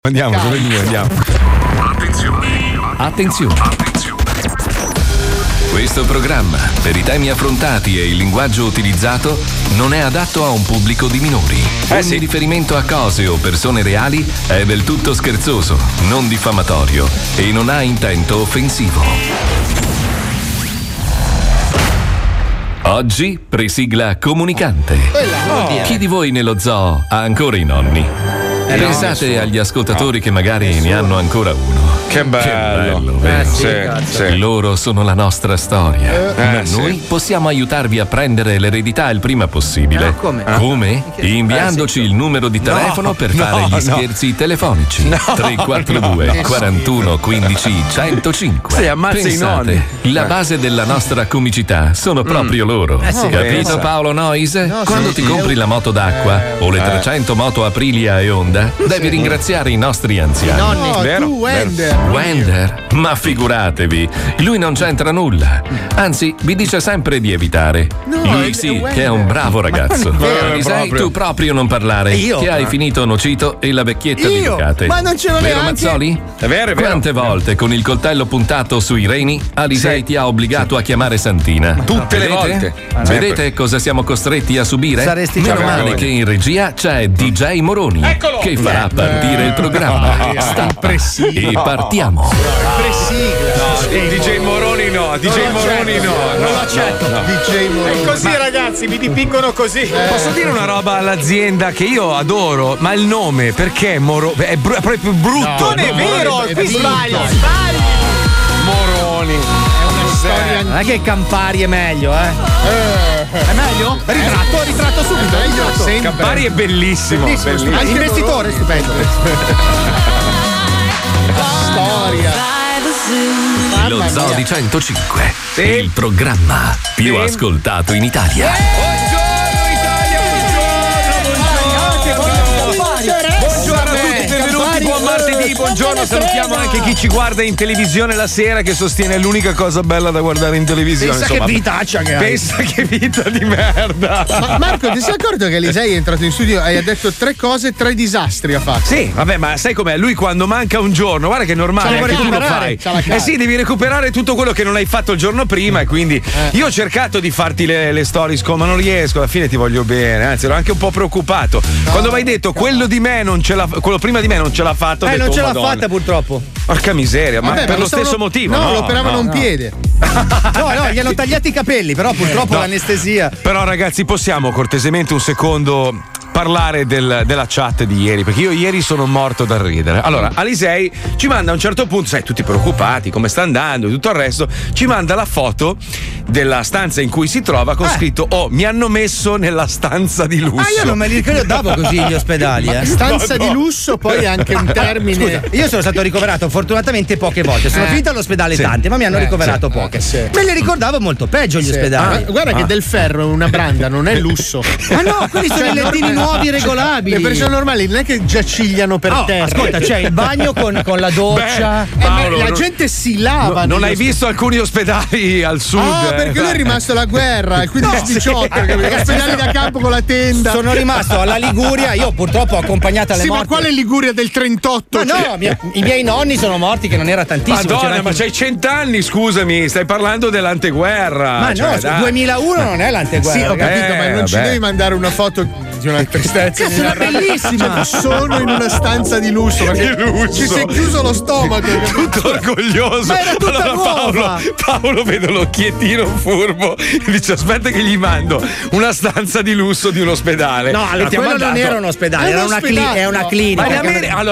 Andiamo, dove andiamo? Attenzione. Questo programma, per i temi affrontati e il linguaggio utilizzato, non è adatto a un pubblico di minori. Ogni riferimento a cose o persone reali è del tutto scherzoso, non diffamatorio e non ha intento offensivo. Oggi presigla comunicante. Chi di voi nello zoo ha ancora i nonni? Pensate agli ascoltatori che magari ne hanno ancora uno. Che bello. Sì. Loro sono la nostra storia. Ma noi possiamo aiutarvi a prendere l'eredità il prima possibile. Come? Inviandoci il numero di telefono per fare gli scherzi telefonici. 342 41 15 105. Sì, ammazza i nonni. La base della nostra comicità sono proprio loro. Capito, Paolo Noise? Quando ti compri la moto d'acqua o le 300 moto Aprilia e Honda, devi ringraziare i nostri anziani. Vero? Wender? Ma figuratevi, lui non c'entra nulla. Anzi, vi dice sempre di evitare. Lui sì, che è un bravo ragazzo. Elisei, tu proprio non parlare. Io? Che hai finito Nocito e la vecchietta di Ducate. Ma non ce l'ho Vero neanche. Mazzoli? È vero. Quante volte con il coltello puntato sui reni Alisei ti ha obbligato a chiamare Santina? Tutte le Vedete? volte. Vedete cosa siamo costretti a subire? Saresti Meno già male vergogna. che in regia c'è DJ Moroni che farà partire il programma. E partiamo. DJ Moroni no. Non lo accetto. DJ Moroni. Così ragazzi, mi dipingono così. Posso dire una roba all'azienda che io adoro, ma il nome perché è proprio brutto. Non è vero, qui sbagli. Moroni. Non è che Campari è meglio, È meglio? Ritratto subito. Campari è bellissimo. Investitore stupendo. Storia. Lo Zoo di 105, il programma più ascoltato in Italia. Buongiorno Italia, buongiorno a tutti, benvenuti, buon martedì, buongiorno, salutiamo anche chi ci guarda in televisione la sera, che sostiene l'unica cosa bella da guardare in televisione. Pensa che vitaccia che hai. Pensa che vita di merda. Ma Marco, ti sei accorto che Elisei è entrato in studio e ha detto 3 cose, 3 disastri ha fatto? Sì, vabbè, ma sai com'è? Lui quando manca un giorno, guarda che è normale, C'ha anche da tu lo recuperare, c'ha la fai. cara. Sì, devi recuperare tutto quello che non hai fatto il giorno prima e quindi io ho cercato di farti le stories ma non riesco, alla fine ti voglio bene, anzi ero anche un po' preoccupato. Quando mi hai detto quello prima di me non ce l'ha fatto, ho detto, non ce l'ha Madonna. fatta purtroppo. Porca miseria, ma Vabbè, per ma lo stavano- stesso motivo. No, lo operavano un piede. No, gli hanno tagliati i capelli, però purtroppo l'anestesia. Però ragazzi, possiamo cortesemente un secondo parlare della chat di ieri, perché io ieri sono morto dal ridere. Allora, Alisei ci manda a un certo punto, sai, tutti preoccupati, come sta andando e tutto il resto, ci manda la foto della stanza in cui si trova con scritto mi hanno messo nella stanza di lusso. Io non me li ricordavo così gli ospedali, Stanza di lusso, poi anche un termine. Io sono stato ricoverato fortunatamente poche volte. Sono finito all'ospedale tante, ma mi hanno ricoverato poche. Me li ricordavo molto peggio gli ospedali. Ma guarda che del ferro è una branda, non è lusso. Ah no, quelli sono i lettini nuovi regolabili. Le persone normali non è che giacigliano per terra. Ascolta, c'è il bagno con la doccia. Paolo, la non- gente si lava. Non negli hai visto alcuni ospedali al sud? Ah, perché lui è rimasto alla guerra, il 15-18, ospedali da campo con la tenda. Sono rimasto alla Liguria, io purtroppo ho accompagnato alle Sì, morti. ma quale Liguria del 38? Ma no, i miei nonni sono morti, che non era tantissimo. Madonna, c'era anche- ma c'hai 100 anni, scusami, stai parlando dell'anteguerra. Ma cioè, no, dai. 2001 non è l'anteguerra. Sì, ho capito, ma non ci vabbè. devi mandare una foto di una tristezza. Cazzo, era bellissima. Sono in una stanza di lusso perché Di lusso. ci si è chiuso lo stomaco. Tutto orgoglioso. Ma era tutta nuova. Paolo vede l'occhiettino furbo e dice aspetta che gli mando una stanza di lusso di un ospedale. No, allora, Ti ha quello non mandato- era un ospedale, È era un una, ospedale, è una no. clinica. Ma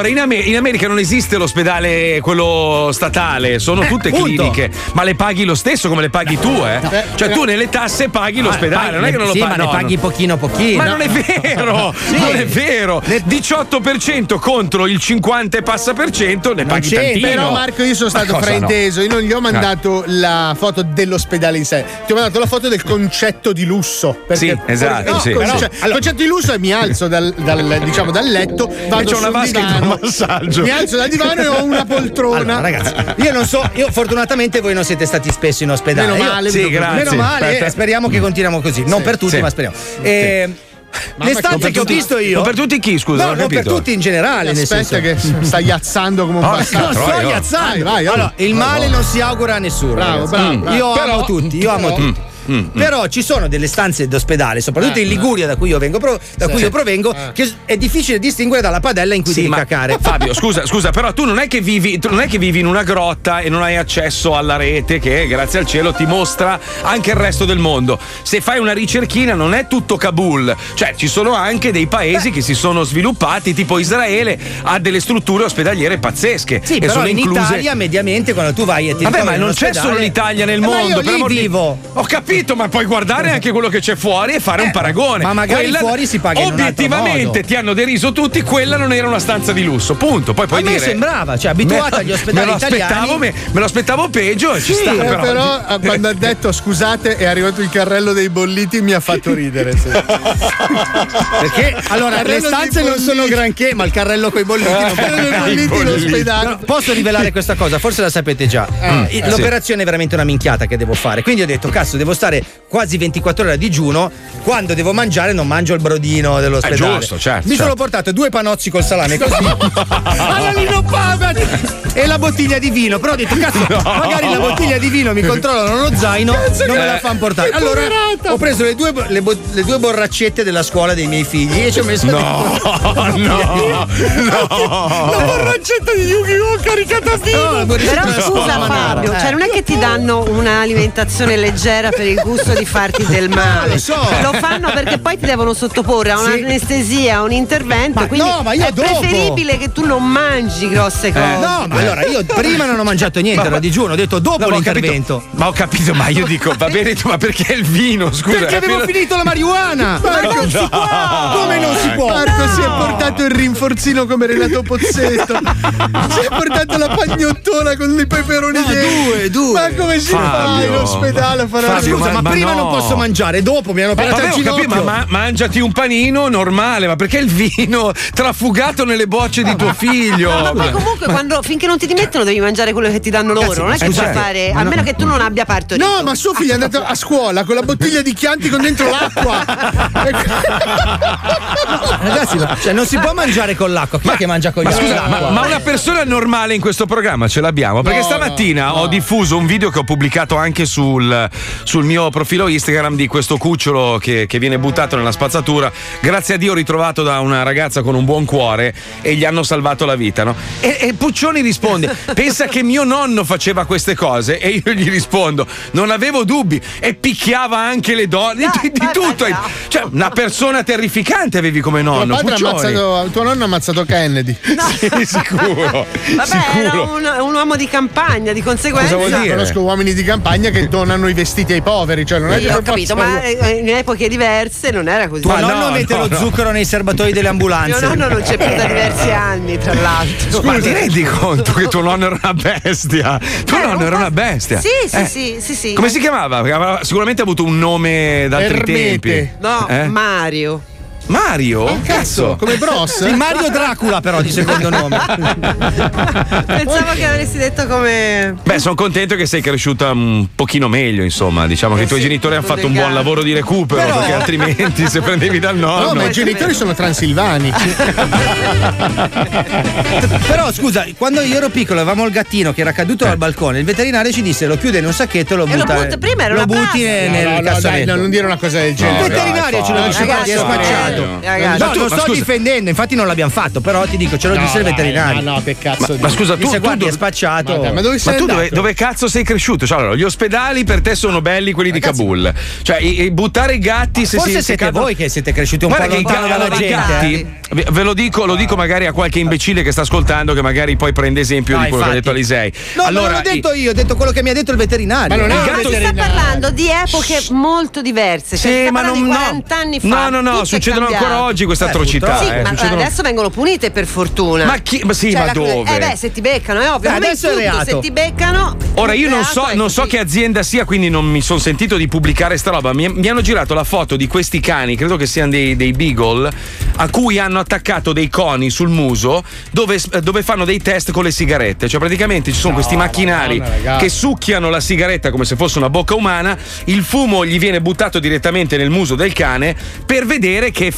in America non esiste l'ospedale quello statale, sono tutte appunto. cliniche, ma le paghi lo stesso come le paghi tu, Cioè tu nelle tasse paghi l'ospedale, non è che non lo sì, paghi. ma ne no, paghi no. pochino pochino. Ma non è vero, non è vero. 18% contro il 50 e passa per cento, ne paghi c'è, tantino. Però Marco, io sono stato cosa frainteso, io non gli ho mandato la foto dell'ospedale in sé, ti ho mandato la foto del concetto di lusso. Sì, esatto, No, sì. cioè, il concetto di lusso è mi alzo dal letto, vado c'è una sul vasca di divano, massaggio. mi alzo dal divano e ho una poltrona. Allora, ragazzi, io non so, io fortunatamente voi non siete stati spesso in ospedale. Meno Io- male, Sì, grazie. Meno male, Aspetta. speriamo che continuiamo così. Non per tutti, Sì. ma speriamo. Le stanze che ho visto io. Non per tutti chi, scusa? No, non per tutti in generale. Aspetta, che stai iazzando come un bastardo. Non sto iazzando. Vai. Allora, il male non si augura a nessuno. Bravo. Io amo tutti. Però ci sono delle stanze d'ospedale, soprattutto in Liguria, da cui io provengo, che è difficile distinguere dalla padella in cui devi cacare. Fabio, scusa, però tu non è che vivi in una grotta e non hai accesso alla rete che grazie al cielo ti mostra anche il resto del mondo. Se fai una ricerchina non è tutto Kabul, cioè ci sono anche dei paesi che si sono sviluppati, tipo Israele ha delle strutture ospedaliere pazzesche. Sì, però sono in incluse... Italia mediamente quando tu vai e ti ma non c'è solo l'Italia nel mondo. Ma io lì vivo. Ho capito, ma puoi guardare anche quello che c'è fuori e fare un paragone. Ma magari fuori si paga in un altro modo. Obiettivamente ti hanno deriso tutti, quella non era una stanza di lusso, punto. Poi puoi dire. A me sembrava, cioè abituata agli ospedali italiani. Me lo aspettavo peggio e ci sta. Però quando ha detto scusate è arrivato il carrello dei bolliti mi ha fatto ridere. Perché allora le stanze non sono granché, ma il carrello coi bolliti l'ospedale. No, posso rivelare questa cosa? Forse la sapete già. L'operazione è veramente una minchiata che devo fare. Quindi ho detto, cazzo, devo stare quasi 24 ore a digiuno. Quando devo mangiare non mangio il brodino dell'ospedale. Giusto, certo. Mi sono portato 2 panozzi col salame così. E la bottiglia di vino. Però ho detto, cazzo, magari la bottiglia di vino mi controllano lo zaino, non me la fanno portare. Allora ho preso le due borraccette della scuola dei miei figli e ci ho messo No. La borraccetta di Yu-Gi-Oh! Caricata a vino. Però scusa Fabio, cioè non è che ti danno un'alimentazione leggera per il gusto di farti del male. Lo fanno perché poi ti devono sottoporre a un'anestesia, a un intervento. Quindi è preferibile che tu non mangi grosse cose. No, ma allora io prima non ho mangiato niente, ero a digiuno, ho detto dopo l'intervento. Ma ho capito, ma io dico, va bene, ma perché il vino? Scusa. Perché avevo finito la marijuana! Ma non si può! Come non si può? Marco si è portato il rinforzino come Renato Pozzetto. Si è portato la pagnottona con i peperoni due. Ma come si fa in ospedale a fare scusa, ma prima non posso mangiare, dopo mi hanno operato il ginocchio. Ma mangiati un panino normale, ma perché il vino trafugato nelle bocce di tuo figlio? Ma poi comunque finché non ti dimettono devi mangiare quello che ti danno loro, non è che puoi fare, a meno che tu non abbia partorito. No, ma suo figlio è andato a scuola con la bottiglia di Chianti con dentro l'acqua. Ragazzi, cioè non si può mangiare con l'acqua. Chi è che mangia con gli occhi? Ma una persona normale in questo programma ce l'abbiamo? Perché stamattina ho diffuso un video che ho pubblicato anche sul mio profilo Instagram di questo cucciolo che viene buttato nella spazzatura. Grazie a Dio ritrovato da una ragazza con un buon cuore e gli hanno salvato la vita, no? E Puccioni risponde: pensa che mio nonno faceva queste cose? E io gli rispondo: non avevo dubbi. E picchiava anche le donne, di tutto. Cioè, una persona terrificante avevi come nonno. Tuo nonno ha ammazzato Kennedy. No. Sì, sicuro. Vabbè, era un uomo di campagna, di conseguenza. Cosa vuol dire? Conosco uomini di campagna che donano i vestiti ai poveri, cioè non è che ho capito, ma in epoche diverse non era così. Tuo nonno mette lo zucchero nei serbatoi delle ambulanze. Mio nonno non c'è più da diversi anni, tra l'altro. Scusa, ma ti rendi conto che tuo nonno era una bestia? Tuo nonno era una bestia. Sì. Come si chiamava? Aveva sicuramente avuto un nome d'altri tempi. No, Mario. Mario? Cazzo, come Bros? Sì, Mario Dracula però di secondo nome. Pensavo che avresti detto come... Beh, sono contento che sei cresciuta un pochino meglio, insomma. Diciamo che i tuoi genitori hanno fatto un buon lavoro di recupero, perché altrimenti se prendevi dal nonno... No, ma i genitori sono transilvani. Però scusa, quando io ero piccolo avevamo il gattino che era caduto dal balcone, il veterinario ci disse lo chiude in un sacchetto e lo butta. Prima era lo una butti nel cassetto. Dai, non dire una cosa del genere. Il veterinario ce lo diceva, è spacciato. No, lo sto difendendo, infatti non l'abbiamo fatto, però ti dico, ce lo disse il veterinario. No, che cazzo. Ma scusa, tu è spacciato. Ma dove sei andato? Dove cazzo sei cresciuto? Cioè, allora, gli ospedali per te sono belli quelli di Kabul. Cioè, buttare i gatti se forse siete voi che siete cresciuti un po' lontano dalla gente. Lo dico magari a qualche imbecille che sta ascoltando, che magari poi prende esempio di quello che ha detto Alisei. No, allora, non l'ho detto io, ho detto quello che mi ha detto il veterinario. Ma non si sta parlando di epoche molto diverse. Sì, ma non 40 anni fa. No, succedono ancora oggi queste atrocità. Sì, ma adesso vengono punite per fortuna. Ma dove? Se ti beccano, è ovvio. Adesso è reato. Se ti beccano. Ora io non so che azienda sia, quindi non mi sono sentito di pubblicare sta roba. Mi hanno girato la foto di questi cani, credo che siano dei beagle, a cui hanno attaccato dei coni sul muso dove fanno dei test con le sigarette. Cioè praticamente ci sono questi macchinari che succhiano la sigaretta come se fosse una bocca umana, il fumo gli viene buttato direttamente nel muso del cane per vedere che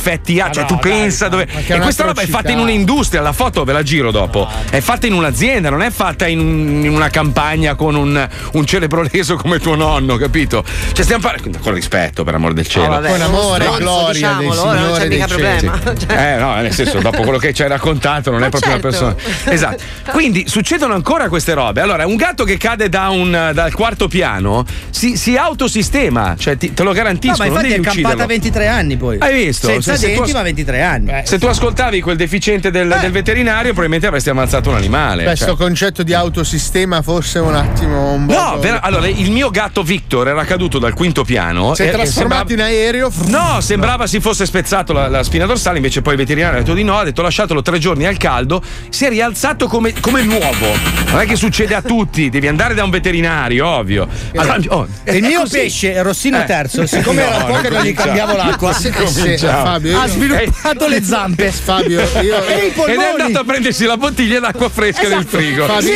effetti ha, cioè tu pensa dove. E questa roba è fatta in un'industria, la foto ve la giro dopo. È fatta in un'azienda, non è fatta in una campagna con un celebro leso come tuo nonno, capito? Cioè stiamo parlando con rispetto, per amor del cielo. Con amore e gloria dei signori, non c'è mica problema. No, nel senso, dopo quello che ci hai raccontato, non è proprio una persona. Esatto. Quindi succedono ancora queste robe. Allora, un gatto che cade dal quarto piano si autosistema, cioè te lo garantisco. No, ma infatti è campata 23 anni poi. Hai visto? Senza denti, ma 23 anni. Se tu ascoltavi quel deficiente del veterinario, probabilmente avresti ammazzato un animale. Questo concetto di autosistema forse un attimo allora il mio gatto Victor era caduto dal quinto piano. Si è trasformato in aereo? No, sembrava si fosse spezzato la spina dorsale, invece poi il veterinario ha detto di no, ha detto lasciatelo 3 giorni al caldo, si è rialzato come nuovo. Non è che succede a tutti, devi andare da un veterinario, ovvio. Allora, il mio pesce, Rossino terzo, siccome era un po' che non gli cambiavo l'acqua, Fabio, ha sviluppato le zampe. Fabio, ed è andato a prendersi la bottiglia d'acqua fresca nel frigo. Fabio,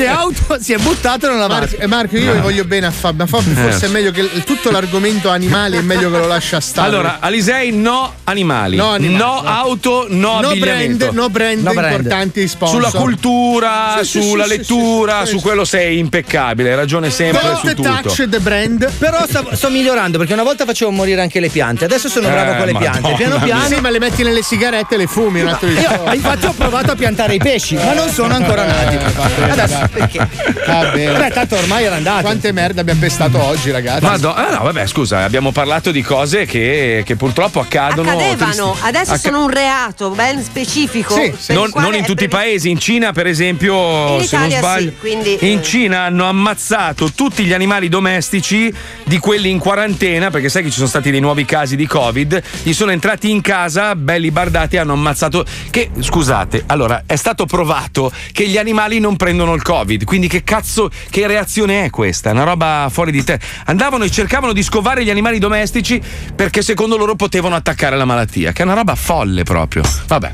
si è buttato nella Marco, io voglio bene a Fabio, ma Fabio forse è meglio che tutto l'argomento animali è meglio che lo lascia stare. Allora, Alisei, no animali, no auto, no abbigliamento, no brand importanti sponsor. Sulla cultura, sulla lettura, su quello sei impeccabile, hai ragione sempre su tutto. Touch the brand. Però sto migliorando, perché una volta facevo morire anche le piante, adesso sono bravo con le piante. Piano piano. Sì, ma le metti nelle sigarette e le fumi. Infatti ho provato a piantare i pesci, ma non sono ancora nati. Adesso perché? Va bene. Beh, tanto ormai era andato. Quante merde abbiamo pestato oggi, ragazzi. No, vabbè, scusa, abbiamo parlato di cose che purtroppo accadono. Accadevano, adesso sono un reato ben specifico. Sì, non in tutti i paesi. In Cina, per esempio, in se Italia, non sbaglio, sì, quindi, in Cina hanno ammazzato tutti gli animali domestici di quelli in quarantena, perché sai che ci sono stati dei nuovi casi di Covid. Gli sono entrati in casa, belli bardati, e hanno ammazzato. Che, scusate, allora, è stato provato che gli animali non prendono il Covid, quindi che cazzo, che reazione è questa? È una roba fuori di te. Andavano e cercavano di scovare gli animali domestici perché secondo loro potevano attaccare la malattia, che è una roba folle proprio. Vabbè,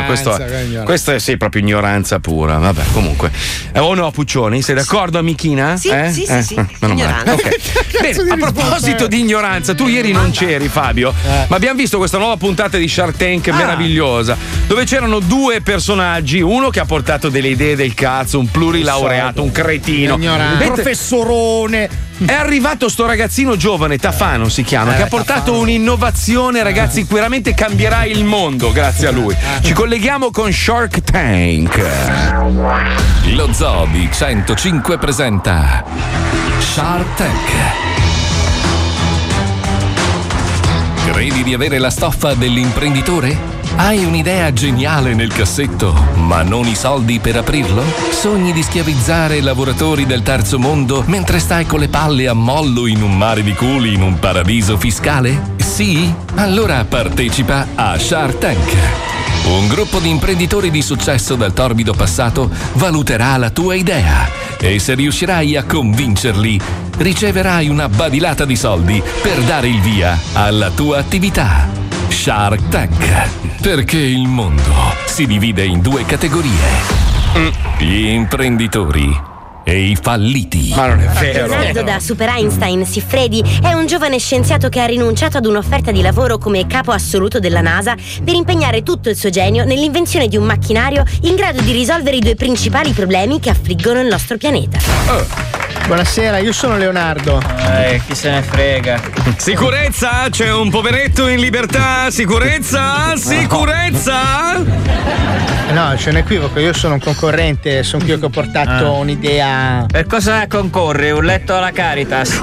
questa è sì, proprio ignoranza pura. Vabbè, comunque. O no, Puccioni, sei d'accordo, amichina? Sì, sì. Ignoranza. Okay. Bene, a proposito di ignoranza, tu ieri non c'eri, Fabio, ma abbiamo visto questa nuova puntata di Shark Tank meravigliosa, dove c'erano 2 personaggi, uno che ha portato delle idee del cazzo, un plurilaureato, un cretino, un professorone. È arrivato sto ragazzino giovane, Tafano si chiama, che ha portato un'innovazione, ragazzi, che veramente cambierà il mondo grazie a lui. Ci colleghiamo con Shark Tank. Lo Zoo di 105 presenta Shark Tank. Credi di avere la stoffa dell'imprenditore? Hai un'idea geniale nel cassetto, ma non i soldi per aprirlo? Sogni di schiavizzare lavoratori del terzo mondo mentre stai con le palle a mollo in un mare di culi in un paradiso fiscale? Sì? Allora partecipa a Shark Tank. Un gruppo di imprenditori di successo dal torbido passato valuterà la tua idea e se riuscirai a convincerli, riceverai una badilata di soldi per dare il via alla tua attività. Shark Tank, perché il mondo si divide in 2 categorie: gli imprenditori e i falliti. Ma non è vero. Leonardo da Super Einstein Siffredi è un giovane scienziato che ha rinunciato ad un'offerta di lavoro come capo assoluto della NASA per impegnare tutto il suo genio nell'invenzione di un macchinario in grado di risolvere i 2 principali problemi che affliggono il nostro pianeta. Buonasera, io sono Leonardo. Chi se ne frega. Sicurezza? C'è un poveretto in libertà? Sicurezza? Sicurezza? No, c'è un equivoco, io sono un concorrente, sono io che ho portato un'idea. Per cosa concorri? Un letto alla Caritas?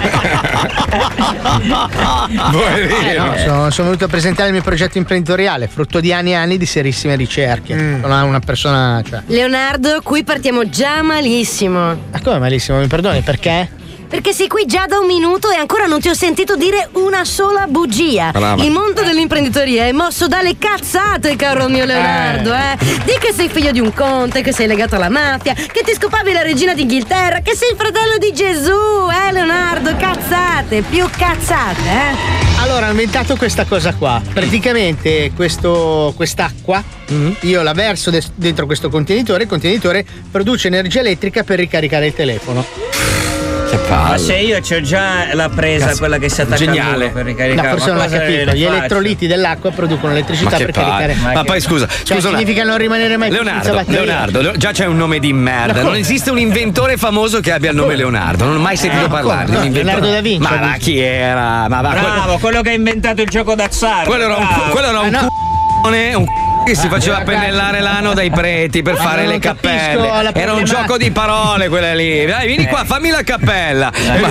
Sono venuto a presentare il mio progetto imprenditoriale, frutto di anni e anni di serissime ricerche. Sono una persona, Leonardo, qui partiamo già malissimo. Ma come malissimo? Mi perdoni, perché? Perché sei qui già da 1 minuto e ancora non ti ho sentito dire una sola bugia. Brava. Il mondo dell'imprenditoria è mosso dalle cazzate, caro mio Leonardo, Di che sei figlio di un conte, che sei legato alla mafia, che ti scopavi la regina d'Inghilterra, che sei il fratello di Gesù, Leonardo? Cazzate, più cazzate, Allora, ho inventato questa cosa qua. Praticamente quest'acqua, io la verso dentro questo contenitore, il contenitore produce energia elettrica per ricaricare il telefono. Che palle. Ma se io c'ho già la presa, quella che si attacca geniale per ricaricare. No, forse non l'ha capito. Gli elettroliti dell'acqua producono elettricità per caricare. Ma poi scusa, significa non rimanere mai Leonardo, già c'è un nome di merda. Non esiste un inventore famoso che abbia il nome Leonardo. Non ho mai sentito parlare di un inventore. Leonardo da Vinci. Ma chi era? Bravo, quello che ha inventato il gioco d'azzardo. Quello era un che si faceva pennellare l'ano dai preti per fare le cappelle. Era un gioco di parole quella lì. Dai, vieni qua, fammi la cappella.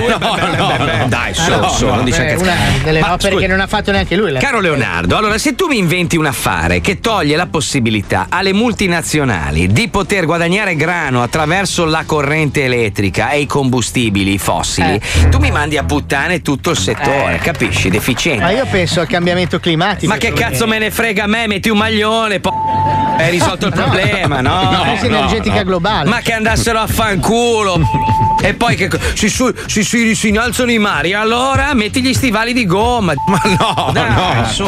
Dai, non dice che una delle opere che non ha fatto neanche lui. Caro Leonardo, allora se tu mi inventi un affare che toglie la possibilità alle multinazionali di poter guadagnare grano attraverso la corrente elettrica e i combustibili fossili, tu mi mandi a puttane tutto il settore, capisci? Deficiente. Ma io penso al cambiamento climatico. Ma che cazzo me ne frega a me? Metti un maglione, hai risolto il problema, no? La crisi energetica globale. Ma che andassero a fanculo. E poi che si innalzano i mari, allora metti gli stivali di gomma. Ma no, su.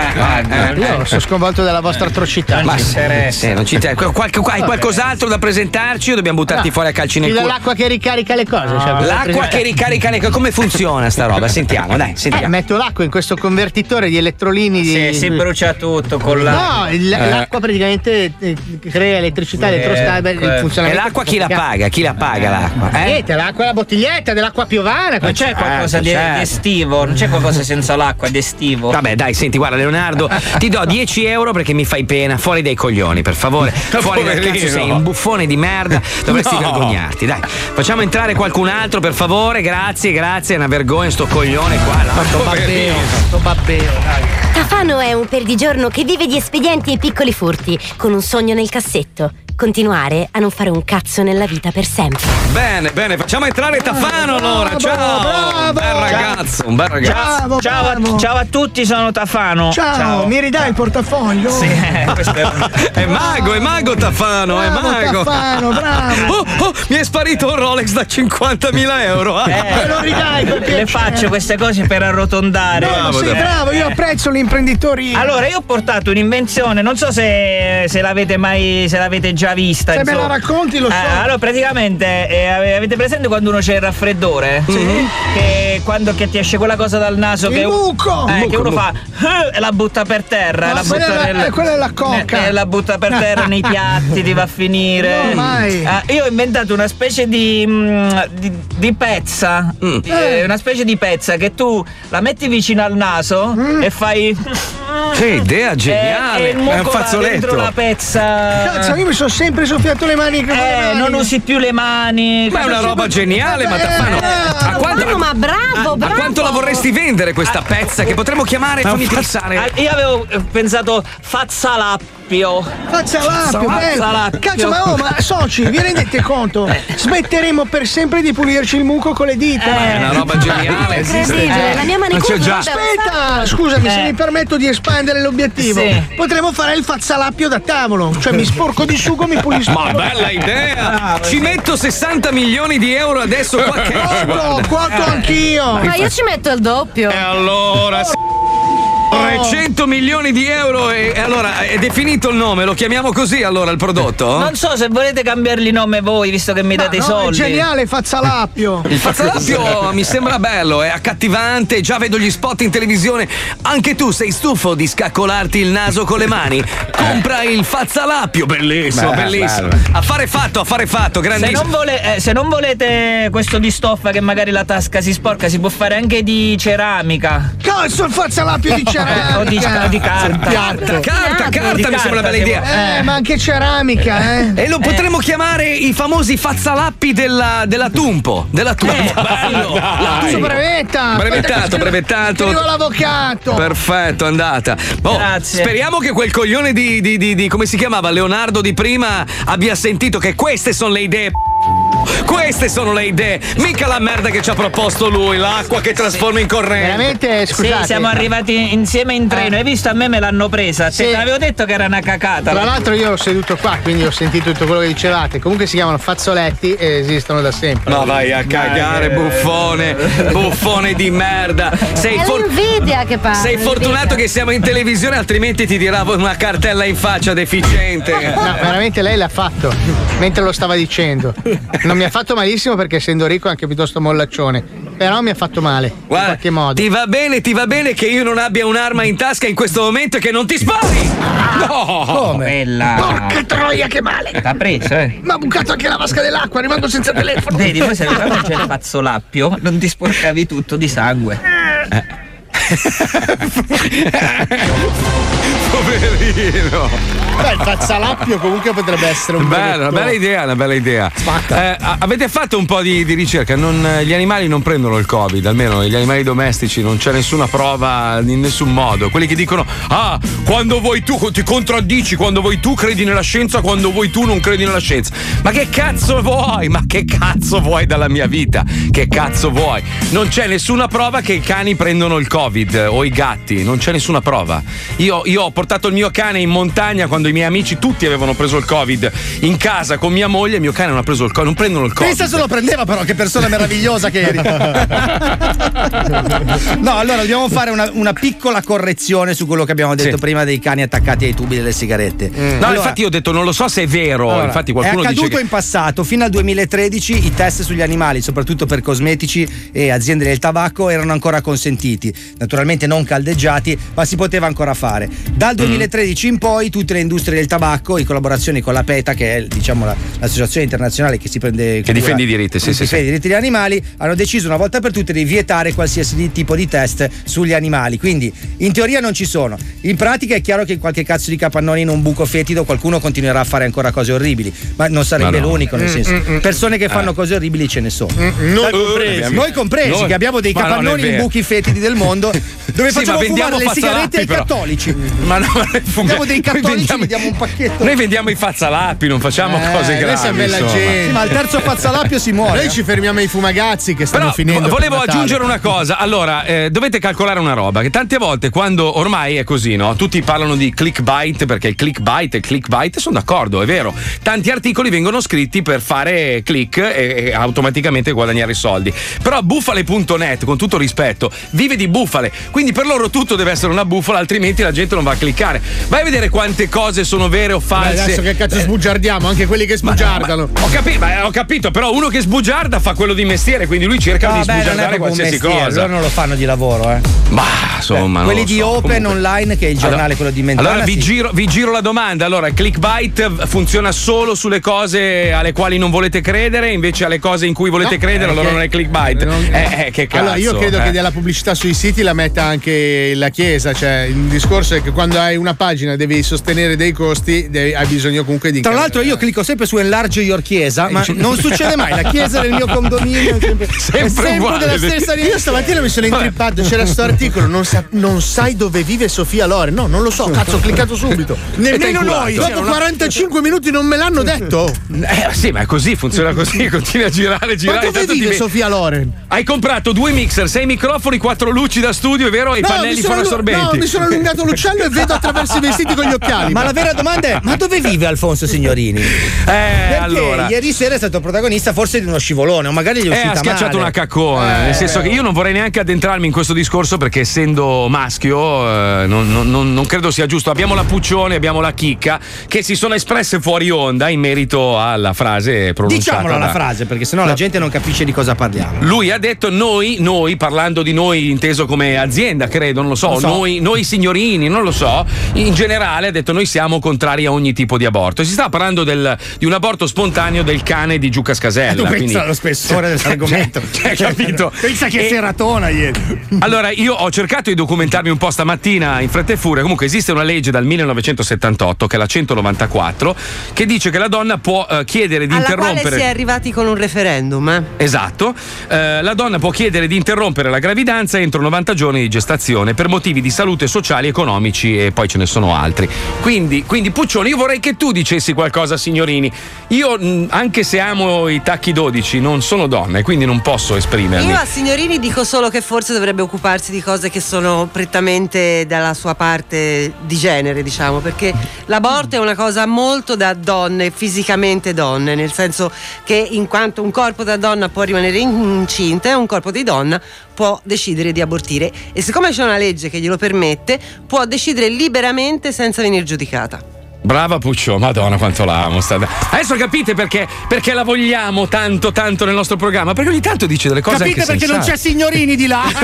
Io sono sconvolto dalla vostra atrocità. Ma non ci hai qualcos'altro da presentarci o dobbiamo buttarti fuori a calci nel culo? L'acqua che ricarica le cose. L'acqua che ricarica le cose. Come funziona sta roba? Sentiamo. Metto l'acqua in questo convertitore di elettrolini. Si brucia tutto con l'acqua. No, l'acqua praticamente crea elettricità, elettrostabile. Il funzionamento. E l'acqua chi la paga? Chi la paga l'acqua? L'acqua, la bottiglietta dell'acqua piovana. Non c'è qualcosa di estivo, non c'è qualcosa senza l'acqua di estivo. Vabbè, dai, senti, guarda, Leonardo, ti do 10 euro perché mi fai pena. Fuori dai coglioni, per favore. Fuori dal cazzo, sei un buffone di merda. Dovresti vergognarti, dai. Facciamo entrare qualcun altro, per favore. Grazie, è una vergogna sto coglione qua. Sto babbeo, dai. Tafano è un perdigiorno che vive di espedienti e piccoli furti, con un sogno nel cassetto. Continuare a non fare un cazzo nella vita per sempre. Bene, facciamo entrare Tafano allora. Ciao, un bel ragazzo. Ciao a tutti, sono Tafano. Ciao. Mi ridai il portafoglio? Sì, è mago Tafano, è mago. Tafano, bravo. Mi è sparito un Rolex da 50.000 euro. Me lo ridai perché le faccio queste cose per arrotondare. Bravo, io apprezzo l'imprenditoria. Allora, io ho portato un'invenzione, non so se l'avete già vista. Se me la racconti lo so. Allora, praticamente avete presente quando uno c'è il raffreddore? Sì. Che ti esce quella cosa dal naso il muco! Che uno fa e la butta per terra. Quella è la coca. La butta per terra nei piatti, ti va a finire. No, mai. Io ho inventato una specie di pezza. Una specie di pezza che tu la metti vicino al naso e fai. Che idea geniale! È un fazzoletto dentro la pezza. Cazzo, io mi sono sempre soffiato le mani. Non usi più le mani. Ma è una roba geniale, ma Tafano. Ma bravo. A quanto la vorresti vendere questa pezza che potremmo chiamare? Fammi pensare. Io avevo pensato Fazzalappio. Fazzalappio. Cazzo, ma soci, vi rendete conto? Smetteremo per sempre di pulirci il muco con le dita. È una roba geniale. La mia manicura già. Aspetta, scusami, se mi permetto di espandere l'obiettivo. Potremmo fare il fazzalappio da tavolo. Cioè mi sporco di sugo, mi pulisco. Ma bella idea! Ci metto 60 milioni di euro adesso qua cash. Quanto anch'io. Ma io ci metto il doppio. E allora 300 milioni di euro e allora è definito il nome, lo chiamiamo così allora il prodotto? Non so se volete cambiargli nome voi, visto che mi date i soldi. È geniale, Fazzalappio. Il Fazzalappio mi sembra bello, è accattivante, già vedo gli spot in televisione. Anche tu sei stufo di scaccolarti il naso con le mani? Compra il Fazzalappio, bellissimo, bellissimo. Affare fatto, grandissimo. Se non volete questo di stoffa che magari la tasca si sporca, si può fare anche di ceramica. Cazzo, il Fazzalappio di ceramica. O di carta. Carta, mi sembra una bella idea. Ma anche ceramica, E lo potremmo chiamare i famosi fazzalappi della Tumpo. Bello. Brevettato. Scrivo l'avvocato. Perfetto, andata. Grazie. Speriamo che quel coglione di come si chiamava Leonardo di prima abbia sentito che queste sono le idee. Queste sono le idee, mica la merda che ci ha proposto lui, l'acqua che trasforma in corrente. Veramente, scusate. Sì, siamo arrivati insieme in treno. Hai visto? A me l'hanno presa. Te l'avevo detto che era una cacata. Tra l'altro io ero seduto qua, quindi ho sentito tutto quello che dicevate. Comunque si chiamano fazzoletti e esistono da sempre. Ma vai a cagare, buffone di merda. Sei l'invidia che parla. Sei fortunato che siamo in televisione, altrimenti ti tiravo una cartella in faccia, deficiente. No, veramente lei l'ha fatto mentre lo stava dicendo. Non mi ha fatto malissimo perché essendo ricco è anche piuttosto mollaccione. Però mi ha fatto male. Guarda, in qualche modo. Ti va bene che io non abbia un'arma in tasca in questo momento e che non ti spari! No! Come? Bella. Porca troia, che male! T'ha preso, Mi ha bucato anche la vasca dell'acqua, rimango senza telefono. Vedi, poi se avevamo già il fazzolappio, non ti sporcavi tutto di sangue. Poverino. Beh, il fazzalappio comunque potrebbe essere un una bella idea. Avete fatto un po' di ricerca? Gli animali non prendono il Covid, almeno gli animali domestici non c'è nessuna prova in nessun modo. Quelli che dicono quando vuoi tu ti contraddici, quando vuoi tu credi nella scienza, quando vuoi tu non credi nella scienza. Ma che cazzo vuoi? Ma che cazzo vuoi dalla mia vita? Che cazzo vuoi? Non c'è nessuna prova che i cani prendono il Covid o i gatti, non c'è nessuna prova. Io ho portato il mio cane in montagna quando i miei amici tutti avevano preso il Covid in casa con mia moglie, il mio cane non ha preso il Covid, non prendono il Covid. Pensa se lo prendeva, però, che persona meravigliosa che eri. No, allora dobbiamo fare una piccola correzione su quello che abbiamo detto prima dei cani attaccati ai tubi delle sigarette. No, allora, infatti io ho detto non lo so se è vero, allora, infatti qualcuno è accaduto dice che... in passato, fino al 2013 i test sugli animali, soprattutto per cosmetici e aziende del tabacco, erano ancora consentiti, naturalmente non caldeggiati, ma si poteva ancora fare. Dal 2013 in poi tutte le industrie del tabacco, in collaborazione con la PETA, che è diciamo l'associazione internazionale che si prende che difende i diritti, difende i diritti degli animali, hanno deciso una volta per tutte di vietare qualsiasi tipo di test sugli animali. Quindi in teoria non ci sono, in pratica è chiaro che in qualche cazzo di capannone in un buco fetido qualcuno continuerà a fare ancora cose orribili, ma non sarebbe l'unico, nel senso persone che fanno cose orribili ce ne sono, noi compresi, che abbiamo dei capannoni in buchi fetidi del mondo dove facciamo fumare le sigarette ai cattolici. Ma no, abbiamo dei cattolici, gli diamo un pacchetto. Noi vendiamo i fazzalappi, non facciamo cose gravi. Siamo bella gente. Sì, ma al terzo fazzalappio si muore. Noi ci fermiamo ai fumagazzi che stanno però finendo. Volevo aggiungere una cosa. Allora, dovete calcolare una roba, che tante volte quando ormai è così, no? Tutti parlano di clickbait perché il clickbait, sono d'accordo, è vero. Tanti articoli vengono scritti per fare click e automaticamente guadagnare soldi. Però bufale.net, con tutto rispetto, vive di bufale. Quindi per loro tutto deve essere una bufala, altrimenti la gente non va a cliccare. Vai a vedere quante cose sono vere o false. Adesso che cazzo sbugiardiamo, anche quelli che sbugiardano. Ho capito, però uno che sbugiarda fa quello di mestiere, quindi lui cerca di sbugiardare qualsiasi cosa. Loro non lo fanno di lavoro, Ma insomma, quelli di Open comunque. Online, che è il giornale, quello di Mentana. Allora vi giro la domanda. Allora, il clickbait funziona solo sulle cose alle quali non volete credere, invece alle cose in cui volete credere, allora non è clickbait. Che cazzo. Allora, io credo che della pubblicità sui siti la metta anche la Chiesa, cioè il discorso è che quando hai una pagina devi sostenere dei costi, hai bisogno comunque di. Tra l'altro io clicco sempre su Enlarge Your Chiesa, ma non succede mai. La chiesa del mio condominio è sempre della stessa. Io stamattina mi sono intrippato, c'era questo articolo, non sai dove vive Sofia Loren. No, non lo so, cazzo, ho cliccato subito. Nemmeno noi. Dopo 45 minuti non me l'hanno detto. Sì, ma è così, funziona così, continua a girare. Ma dove vive Sofia Loren? Hai comprato 2 mixer, 6 microfoni, 4 luci da studio, è vero? E i pannelli fonoassorbenti. No, mi sono allungato l'uccello e vedo attraverso i vestiti con gli occhiali. Ma la vera domanda è: ma dove vive Alfonso Signorini? Perché allora ieri sera è stato protagonista forse di uno scivolone, o magari gli è uscita ha schiacciato male. una caccona, nel senso che io non vorrei neanche addentrarmi in questo discorso perché essendo maschio non credo sia giusto. Abbiamo la Puccione, abbiamo la Chicca che si sono espresse fuori onda in merito alla frase pronunciata. Diciamola la frase, perché sennò la gente non capisce di cosa parliamo. Lui ha detto noi parlando di noi inteso come azienda, credo, non lo so. Noi signorini, non lo so, in generale ha detto noi siamo contrari a ogni tipo di aborto. E si sta parlando di un aborto spontaneo del cane di Giuca Scasella. Tu pensa allo spessore dell'argomento. Capito? Pensa che seratona ieri. Allora, io ho cercato di documentarmi un po' stamattina in fretta e furia. Comunque esiste una legge dal 1978, che è la 194, che dice che la donna può chiedere di interrompere. Alla quale si è arrivati con un referendum. Esatto. La donna può chiedere di interrompere la gravidanza entro 90 giorni di gestazione per motivi di salute sociali, economici e poi ce ne sono altri. Quindi Puccioni, io vorrei che tu dicessi qualcosa, signorini. Io, anche se amo i tacchi 12, non sono donna e quindi non posso esprimermi. Io a signorini dico solo che forse dovrebbe occuparsi di cose che sono prettamente dalla sua parte di genere, diciamo, perché l'aborto è una cosa molto da donne, fisicamente donne, nel senso che in quanto un corpo da donna può rimanere incinta, un corpo di donna può decidere di abortire, e siccome c'è una legge che glielo permette, può decidere liberamente senza venire giudicata. Brava Puccio, madonna quanto la amo. Adesso capite perché la vogliamo tanto nel nostro programma? Perché ogni tanto dice delle cose capite anche perché sensate. non c'è Signorini di là?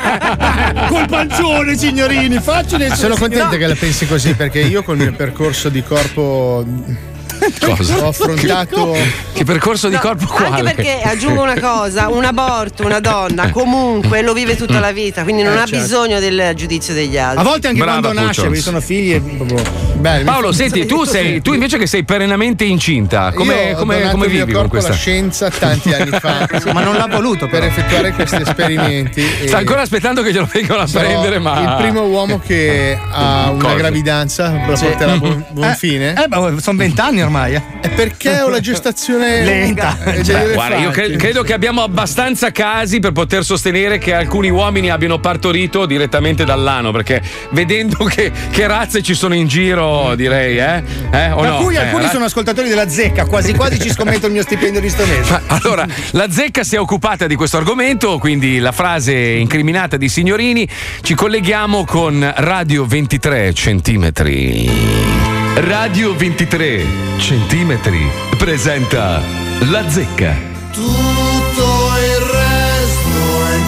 Col pancione Signorini, facile. Sono contento che la pensi così, perché io col mio percorso di corpo Cosa? ho affrontato. Che percorso di corpo quale? Anche perché aggiungo una cosa, un aborto, una donna comunque lo vive tutta la vita, quindi non ha bisogno del giudizio degli altri. A volte anche Brava, quando nasce, Puccio. perché sono figli. Paolo, senti, tu invece che sei perennemente incinta, come vivi il mio con corpo questa? alla scienza tanti anni fa, Ma non l'ha voluto per effettuare questi esperimenti. Sta ancora aspettando che glielo vengano a prendere, ma il primo uomo che ha una Cosa? gravidanza la porterà a buon fine. Sono 20 anni ormai. E perché ho la gestazione lenta? guarda, io credo che abbiamo abbastanza casi per poter sostenere che alcuni uomini abbiano partorito direttamente dall'ano, perché vedendo che razze ci sono in giro, direi, o Da no? cui alcuni sono ascoltatori della Zecca, quasi ci scommetto il mio stipendio di sto mese. Allora, la Zecca si è occupata di questo argomento, quindi la frase incriminata di Signorini. Ci colleghiamo con Radio 23 centimetri. Radio 23 centimetri presenta La Zecca. Tutto il resto è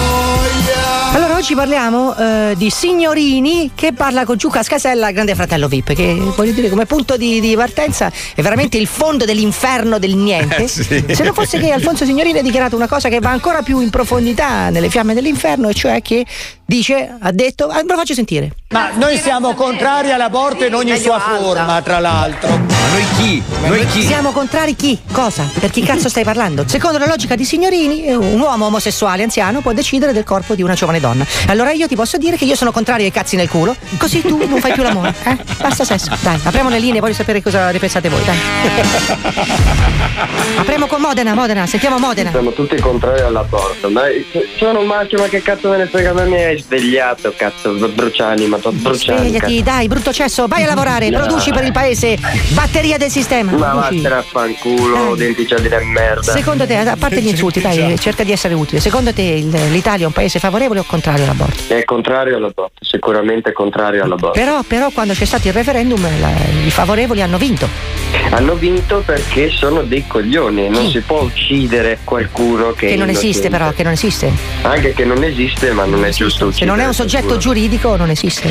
noia. Allora oggi parliamo di Signorini che parla con Giuca Scasella, Grande Fratello VIP, che voglio dire come punto di partenza è veramente il fondo dell'inferno del niente. Sì. Se non fosse che Alfonso Signorini ha dichiarato una cosa che va ancora più in profondità nelle fiamme dell'inferno, e cioè che ha detto, me lo faccio sentire. Ma noi siamo contrari all'aborto in ogni sua forma, tra l'altro. Ma noi chi? Noi chi? Siamo contrari chi? Cosa? Per chi cazzo stai parlando? Secondo la logica di Signorini, un uomo omosessuale anziano può decidere del corpo di una giovane donna. Allora io ti posso dire che io sono contrario ai cazzi nel culo, così tu non fai più l'amore, Basta sesso. Dai, apriamo le linee, voglio sapere cosa ne pensate voi, dai. Apriamo con Modena, sentiamo Modena. Siamo tutti contrari all'aborto, ma sono un maschio, ma che cazzo me ne frega, a me mi hai svegliato, cazzo, brucianima, Svegliati, dai, brutto cesso, vai a lavorare, produci per il paese, batteria del sistema. Ma produci. vattene a fanculo, denticcioli di merda. Secondo te, a parte gli insulti, dai, cerca di essere utile. Secondo te l'Italia è un paese favorevole o contrario all'aborto? È contrario all'aborto, sicuramente contrario all'aborto. Però quando c'è stato il referendum i favorevoli hanno vinto. Hanno vinto perché sono dei coglioni, non si può uccidere qualcuno che non esiste, però, che non esiste. Anche che non esiste, ma non è giusto uccidere. Se non è un soggetto giuridico non esiste.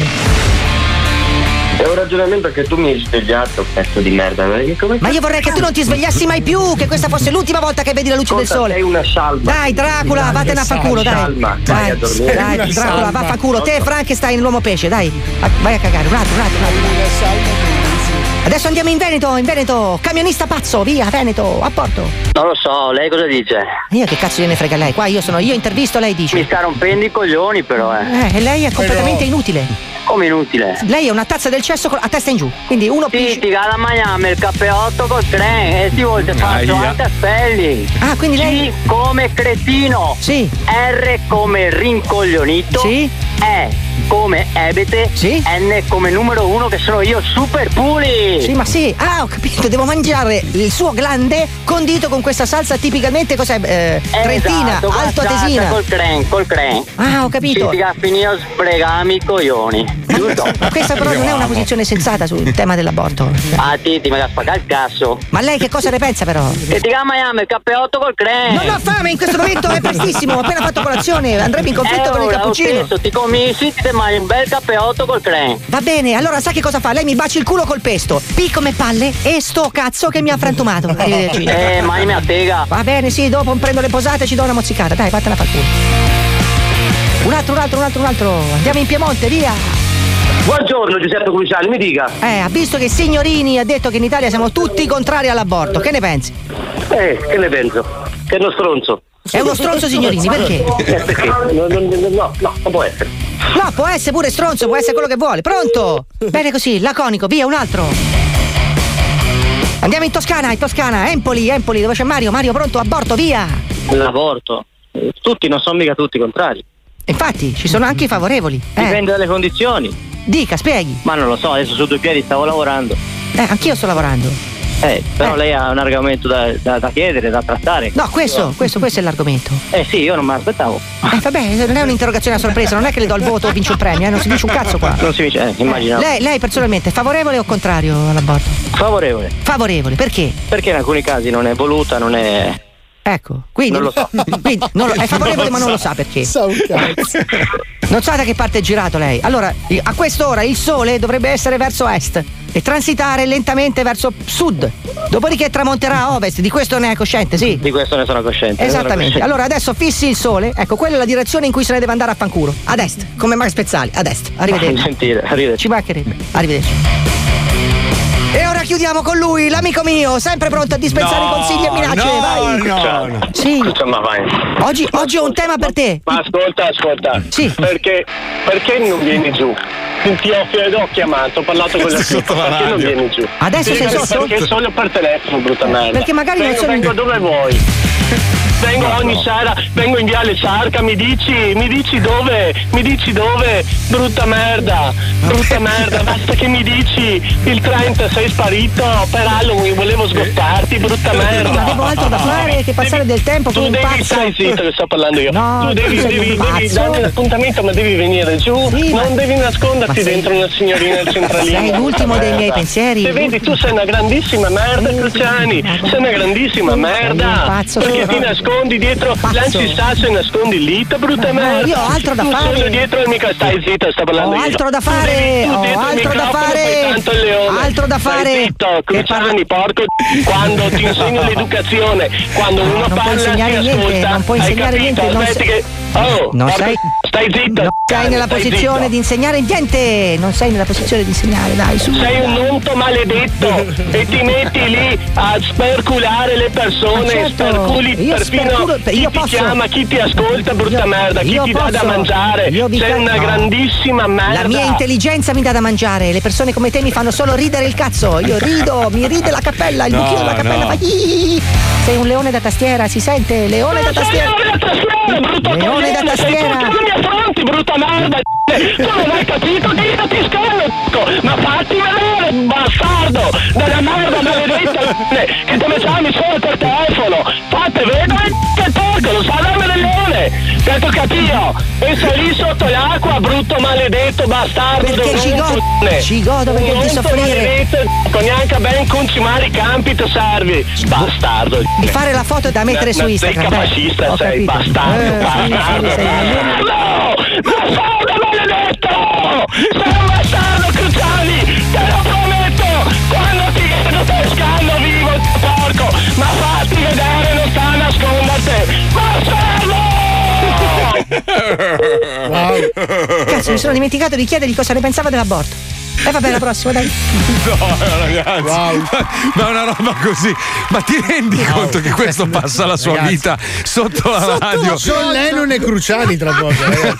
È un ragionamento che tu mi hai svegliato, pezzo di merda. Ma io vorrei che tu non ti svegliassi mai più, che questa fosse l'ultima volta che vedi la luce del sole. Sei una salma. Dai, Dracula, vattene a fanculo, dai. Salma, vai a dormire. Dai, Dracula, va a fanculo. Te, Frankenstein, l'uomo pesce, dai. Vai a cagare, un altro. Adesso andiamo in Veneto, camionista pazzo, via, Veneto, a Porto. Non lo so, lei cosa dice? Io che cazzo gliene frega lei? Qua io intervisto, lei dice. Mi sta rompendo i coglioni però, E lei è completamente inutile. Come inutile? Lei è una tazza del cesso a testa in giù. Quindi uno Sì, ti gala Miami, il K8 col tren, e ti volte faccio anche a spelli. Ah, quindi lei. C come cretino. Sì. R come rincoglionito. Sì. E come ebete. Sì. N come numero 1 che sono io, Super Puli. Sì, ma sì. Ah, ho capito, devo mangiare il suo glande condito con questa salsa tipicamente cos'è? Trentina, altoatesina. Col cren. Ah, ho capito. Ci ti finito sbregami i coglioni. Giusto? Ma questa però non è una posizione sensata sul tema dell'aborto. Ah, ti mi da spagare il cazzo. Ma lei che cosa ne pensa però? Che ti chiama Miami, il K8 col cren. Non ho fame in questo momento, è prestissimo, ho appena fatto colazione, andrebbe in conflitto con il cappuccino. Ti commessi, ti mangi un bel K8 col cren. Va bene, allora sa che cosa fa? Lei mi baci il culo col pesto, P come palle e sto cazzo che mi ha frantumato. Arrivederci. Mai mi attega. Va bene, sì, dopo prendo le posate e ci do una mozzicata. Dai, vattene a far culo. Un altro. Andiamo in Piemonte, via. Buongiorno Giuseppe Cruciani, mi dica. Ha visto che Signorini ha detto che in Italia siamo tutti contrari all'aborto. Che ne pensi? Che ne penso? Che è uno stronzo. È uno stronzo Signorini, perché? Perché? No, non può essere. No, può essere pure stronzo, può essere quello che vuole. Pronto? Bene così, laconico, via, un altro. Andiamo in Toscana, Empoli, dove c'è Mario, pronto, aborto, via. L'aborto? Tutti, non sono mica tutti contrari. Infatti, ci sono anche i favorevoli. Dipende dalle condizioni. Dica, spieghi. Ma non lo so, adesso su due piedi stavo lavorando. Anch'io sto lavorando. Però lei ha un argomento da chiedere, da trattare. No, questo è l'argomento. Sì, io non me l'aspettavo. Vabbè, non è un'interrogazione a sorpresa, non è che le do il voto o vince un premio, non si dice un cazzo qua. Non si dice, immaginavo. Lei personalmente, favorevole o contrario all'aborto? Favorevole. Favorevole, perché? Perché in alcuni casi non è voluta, non è... Ecco, quindi non lo so. Quindi è favorevole ma non lo sa perché. Non sa da che parte è girato lei. Allora, a quest'ora il sole dovrebbe essere verso est e transitare lentamente verso sud. Dopodiché tramonterà a ovest, di questo ne è cosciente, sì? Di questo ne sono cosciente. Esattamente. Allora adesso fissi il sole, ecco, quella è la direzione in cui se ne deve andare a fanculo. Ad est, come Max Pezzali, ad est. Arrivederci. Gentile, arrivederci. Ci mancherebbe. Arrivederci. E ora chiudiamo con lui, l'amico mio, sempre pronto a dispensare consigli e minacce. Vai. No. Sì. Ma vai. Oggi ho un tema per te. Ma ascolta. Sì. Perché non vieni giù? Ti ho chiamato, ho parlato con la sotto perché non vieni giù? Adesso sei sotto? Perché solo per telefono, brutta merda. Perché magari vengo dove vuoi. Vengo ogni sera, vengo in Viale Sarca, mi dici dove, brutta merda, basta che mi dici il 30 sei sparito, per Halloween volevo sgottarti, brutta merda. Non avevo altro da fare che passare del tempo con un pazzo. Stai zitto che sto parlando io. No, tu devi darmi l'appuntamento, ma devi venire giù, non devi nasconderti dentro una signorina al centralino. Sei l'ultimo dei miei pensieri. Se vedi, tu sei una grandissima merda, Cruciani, sei una grandissima merda, perché ti nascondi dietro, lanci il sasso e nascondi il litto, brutta merda. Io ho altro da tu fare. Solo dietro e mica stai zitto, sto parlando ho altro da fare, altro da fare. Stai zitto, Cruciani, porco, quando ti insegno l'educazione, quando uno parla ti ascolta. Non puoi insegnare niente, stai zitto. Non sei nella posizione di insegnare niente, non sei nella posizione di insegnare, dai, su. Sei un unto maledetto e ti metti lì a sperculare le persone, sperculi perfino chi ti chiama, chi ti ascolta, brutta merda, chi ti dà da mangiare. Sei una grandissima merda. La mia intelligenza mi dà da mangiare, le persone come te mi fanno solo ridere il cazzo. Io rido, mi ride la cappella, il buchino della cappella fa sei un leone da tastiera, si sente? Leone da tastiera. Leone da tastiera. Non mi affronti, brutta merda. Tu non hai capito che io ti scolo, ma fatti vedere, bastardo, della merda maledetta, che te lo chiami solo per telefono. Fate vedere che porco, lo sa l'arme del leone. Detto capito? E sei lì sotto l'acqua, brutto maledetto, bastardo. Perché ci godo perché di soffrire. Neanche ben concimare i campi ti servi, bastardo. Di fare la foto da mettere su Instagram. Fascista sei, bastardo, bastardo. No! Bastardo maledetto! Sei un bastardo, Cruciani! Te lo prometto! Quando ti vedo pescando vivo, porco! Ma fatti vedere, non sta a nasconderti! Bastardo! Wow. Cazzo, mi sono dimenticato di chiedergli cosa ne pensava dell'aborto. Vabbè, la prossima, dai. No, ragazzi. Wow. Ma una roba così. Ma ti rendi conto che questo passa la sua vita sotto la radio? John Lennon e Cruciani tra poco.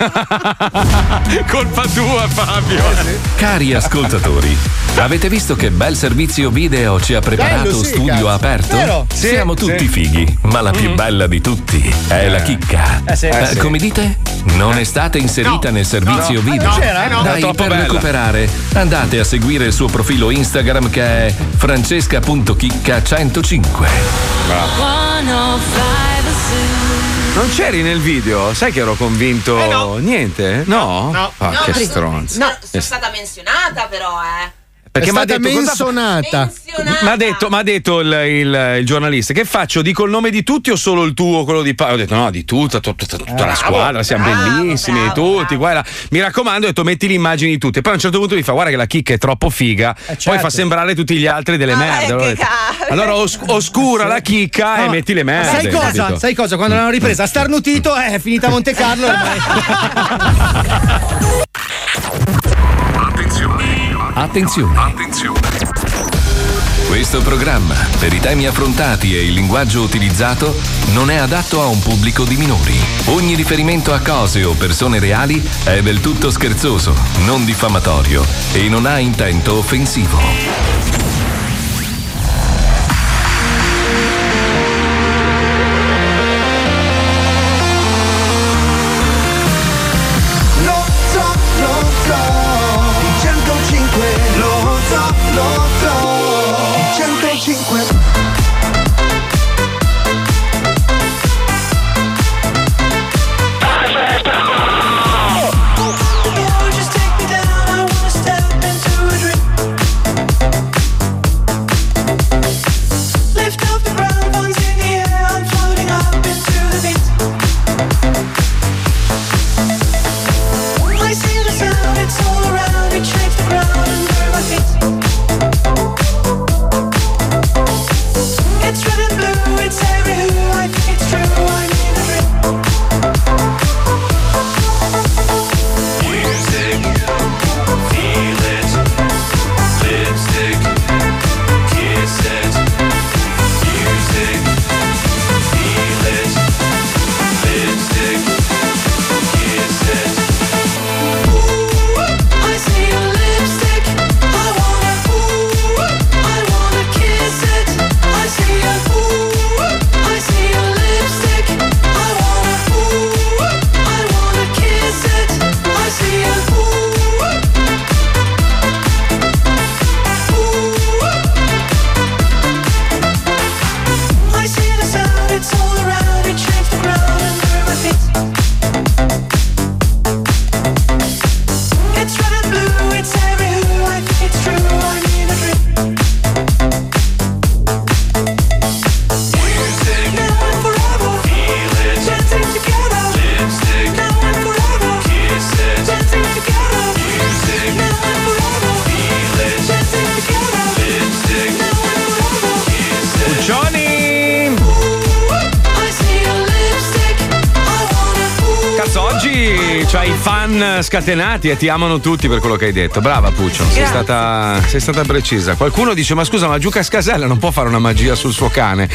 Colpa tua, Fabio. Cari ascoltatori, avete visto che bel servizio video ci ha preparato studio aperto? Vero? Siamo tutti fighi, ma la più bella di tutti è la chicca. Come dite? Non è stata inserita nel servizio video? Dai, per recuperare, andate a seguire il suo profilo Instagram che è francesca.chicca105. Non c'eri nel video? Sai che ero convinto? No. Niente? No? Che stronzo. No, sono stata menzionata però, Perché mi ha detto menzionata. Mi ha detto il giornalista che faccio? Dico il nome di tutti o solo il tuo, quello di Paolo? Ho detto no, di tutta la squadra, siamo bellissimi, tutti. Guarda, mi raccomando, ho detto metti le immagini di tutti. E poi a un certo punto mi fa guarda che la chicca è troppo figa, poi fa sembrare tutti gli altri delle merde. Allora oscura la chicca e metti le merde. Sai cosa? Quando l'hanno ripresa starnutito è finita a Monte Carlo ormai. Attenzione. Questo programma, per i temi affrontati e il linguaggio utilizzato, non è adatto a un pubblico di minori. Ogni riferimento a cose o persone reali è del tutto scherzoso, non diffamatorio e non ha intento offensivo. Cinque oggi c'hai fan scatenati e ti amano tutti per quello che hai detto. Brava Puccio, sei stata precisa. Qualcuno dice: ma scusa, ma Giuca Scasella non può fare una magia sul suo cane?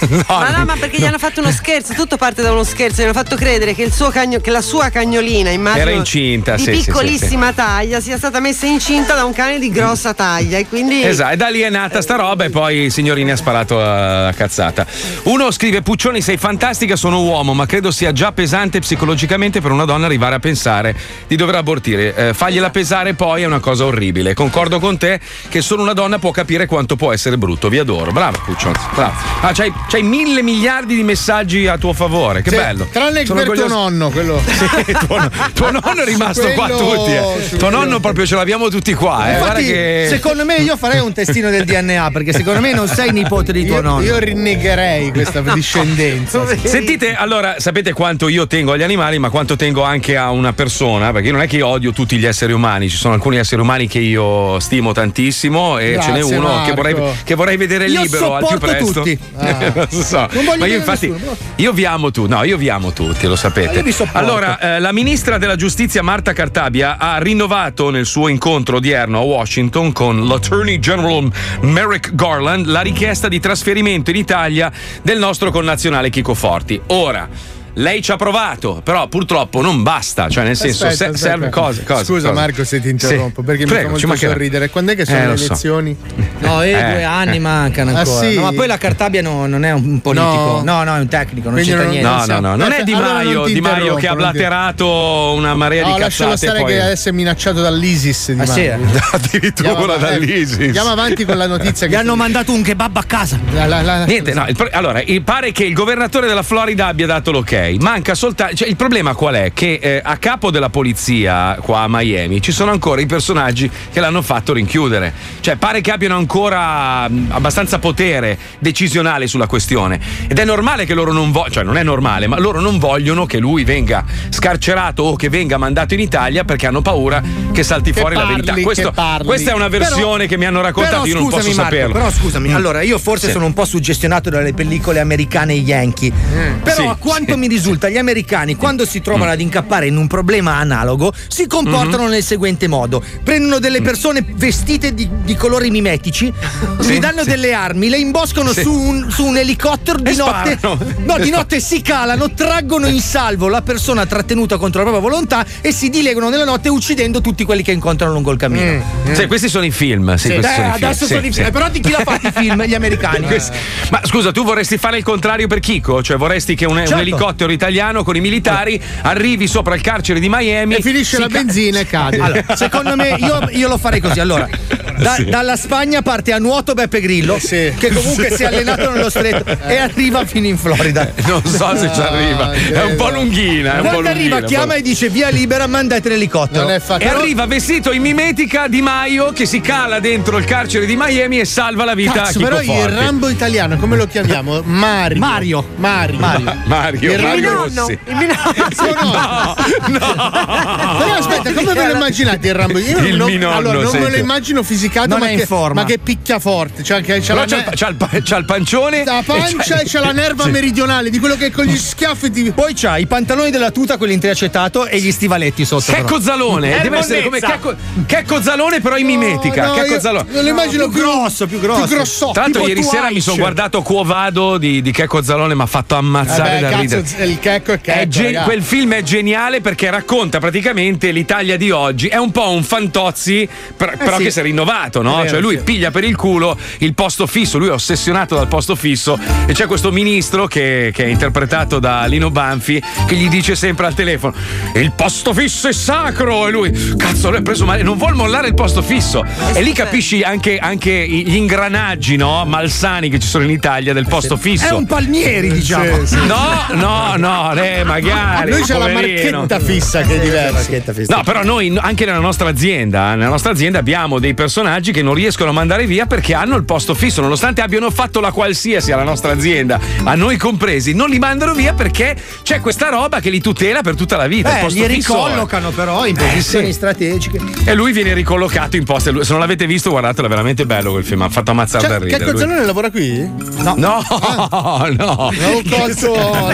Ma perché gli hanno fatto uno scherzo, tutto parte da uno scherzo, gli hanno fatto credere che che la sua cagnolina, immagino, era incinta, di piccolissima taglia, sia stata messa incinta da un cane di grossa taglia e quindi esatto, e da lì è nata sta roba e poi il signorini ha sparato la cazzata. Uno scrive: Puccioni, sei fantastica, sono uomo, ma credo sia già pesante psicologicamente per una donna arrivare a pensare di dover abortire. Fagliela pesare poi è una cosa orribile. Concordo con te che solo una donna può capire quanto può essere brutto. Vi adoro. Brava Puccioni, brava. C'hai 1.000 miliardi di messaggi a tuo favore, che bello. Tranne per tuo nonno, quello. Sì, tuo nonno è rimasto qua tutti. Tuo nonno proprio ce l'abbiamo tutti qua. Infatti, che... secondo me io farei un testino del DNA, perché secondo me non sei nipote di tuo nonno. Io rinnegherei questa discendenza. Sentite, allora, sapete quanto io tengo agli animali, ma quanto tengo anche a una persona, perché non è che io odio tutti gli esseri umani, ci sono alcuni esseri umani che io stimo tantissimo e ce n'è uno che vorrei vedere libero al più presto. Tutti. Non so. Ma io infatti io vi amo tutti, io vi amo tutti, lo sapete. Allora, la ministra della giustizia Marta Cartabia ha rinnovato nel suo incontro odierno a Washington con l'Attorney General Merrick Garland la richiesta di trasferimento in Italia del nostro connazionale Chico Forti. Ora, lei ci ha provato, però purtroppo non basta, cioè nel senso serve cosa. Scusa Marco se ti interrompo, perché Prego, mi fa molto sorridere. Quando è che sono le elezioni? No, 2 anni mancano ancora. Sì. No, ma poi la Cartabia non è un politico, no, è un tecnico, non c'entra niente. No, non è Di Maio che ha blaterato una marea di cazzate. Lascialo stare poi... che adesso è minacciato dall'ISIS. Di addirittura dall'ISIS. Andiamo avanti con la notizia. Gli hanno mandato un kebab a casa. Niente, allora, pare che il governatore della Florida abbia dato l'ok. Manca soltanto, cioè, il problema qual è? Che a capo della polizia qua a Miami ci sono ancora i personaggi che l'hanno fatto rinchiudere. Cioè, pare che abbiano ancora abbastanza potere decisionale sulla questione. Ed è normale che loro non vogliono, cioè non è normale, ma loro non vogliono che lui venga scarcerato o che venga mandato in Italia perché hanno paura che salti fuori la verità. Questa è una versione che mi hanno raccontato, io non posso saperlo. Però scusami, allora io forse sono un po' suggestionato dalle pellicole americane Yankee. Però a quanto mi risulta, gli americani quando si trovano ad incappare in un problema analogo si comportano nel seguente modo: prendono delle persone vestite di colori mimetici, gli danno delle armi, le imboscano su un elicottero di notte. Di notte si calano, traggono in salvo la persona trattenuta contro la propria volontà e si dileguano nella notte uccidendo tutti quelli che incontrano lungo il cammino. Questi sono i film. Adesso sono i film. Però di chi l'ha fatti i film? Gli americani. Ma scusa, tu vorresti fare il contrario per Chico? Cioè vorresti che un elicottero italiano con i militari arrivi sopra il carcere di Miami e finisce la benzina e cade. Allora, secondo me io lo farei così. Allora, dalla Spagna parte a nuoto Beppe Grillo, che comunque si è allenato nello stretto e arriva fino in Florida. Non so se ci arriva, è un po' lunghina. Quando arriva chiama e dice via libera, mandate l'elicottero. E arriva vestito in mimetica Di Maio che si cala dentro il carcere di Miami e salva la vita a Chico però Forti. Il Rambo italiano come lo chiamiamo? Mario Rossi. No. Però aspetta, come ve lo immaginate il Rambo? Io non me lo immagino fisicato, ma che picchia forte. Cioè, c'ha il pancione, la pancia e c'ha la nerva meridionale di quello che con gli schiaffi poi c'ha i pantaloni della tuta, quelli intriacetato, e gli stivaletti sotto. Checco Zalone, deve essere come Checco Zalone, però in mimetica. Checco Zalone. Non lo immagino più grosso. Tra l'altro ieri sera mi sono guardato Quo Vado di Checco Zalone, mi ha fatto ammazzare da ridere. Il Checco è quel film è geniale perché racconta praticamente l'Italia di oggi. È un po' un Fantozzi, però che si è rinnovato, no? Cioè lui piglia per il culo il posto fisso, lui è ossessionato dal posto fisso e c'è questo ministro che è interpretato da Lino Banfi che gli dice sempre al telefono: il posto fisso è sacro, e lui cazzo l'ho preso male, non vuol mollare il posto fisso. E lì capisci anche gli ingranaggi, no? Malsani che ci sono in Italia del posto fisso. È un Palmieri, diciamo. No, magari. Lui c'ha la marchetta fissa che è diversa. No, però noi anche nella nostra azienda abbiamo dei personaggi che non riescono a mandare via perché hanno il posto fisso, nonostante abbiano fatto la qualsiasi alla nostra azienda, a noi compresi, non li mandano via perché c'è questa roba che li tutela per tutta la vita. Il posto li ricollocano però in posizioni strategiche. E lui viene ricollocato in posto. Se non l'avete visto, guardatelo, è veramente bello quel film, ha fatto ammazzare da ridere. Checco Zalone lavora qui? No. Avevo colto l'analogia.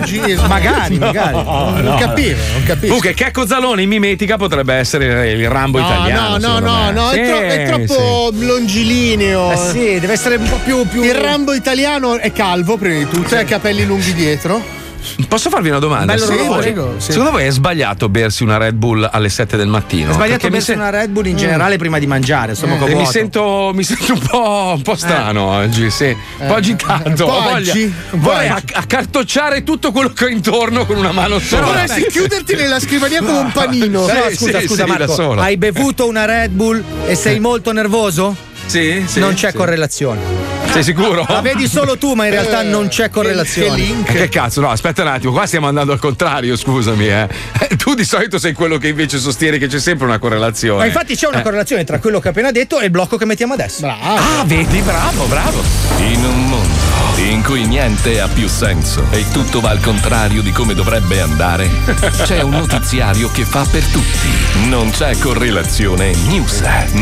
magari. Non capivo. Comunque, Checco Zalone in mimetica potrebbe essere il Rambo italiano. No, è troppo longilineo. Sì, deve essere un po' più. Il Rambo italiano è calvo, prima di tutto, ha i capelli lunghi dietro. Posso farvi una domanda? Secondo voi è sbagliato bersi una Red Bull alle 7 del mattino? È sbagliato bersi una Red Bull in generale prima di mangiare. Mi sento un po' strano oggi, sì. Un po' agitato. Vorrei accartocciare tutto quello che ho intorno con una mano sola. Vorresti chiuderti nella scrivania come un panino. Scusa Marco, hai bevuto una Red Bull e sei molto nervoso? Sì. Non c'è correlazione. Sei sicuro? La vedi solo tu, ma in realtà non c'è correlazione. Che cazzo? No, aspetta un attimo, qua stiamo andando al contrario, scusami. Tu di solito sei quello che invece sostiene che c'è sempre una correlazione. Ma infatti c'è una correlazione tra quello che ho appena detto e il blocco che mettiamo adesso. Bravo. Vedi, bravo. In un mondo in cui niente ha più senso e tutto va al contrario di come dovrebbe andare, c'è un notiziario che fa per tutti. Non c'è correlazione news.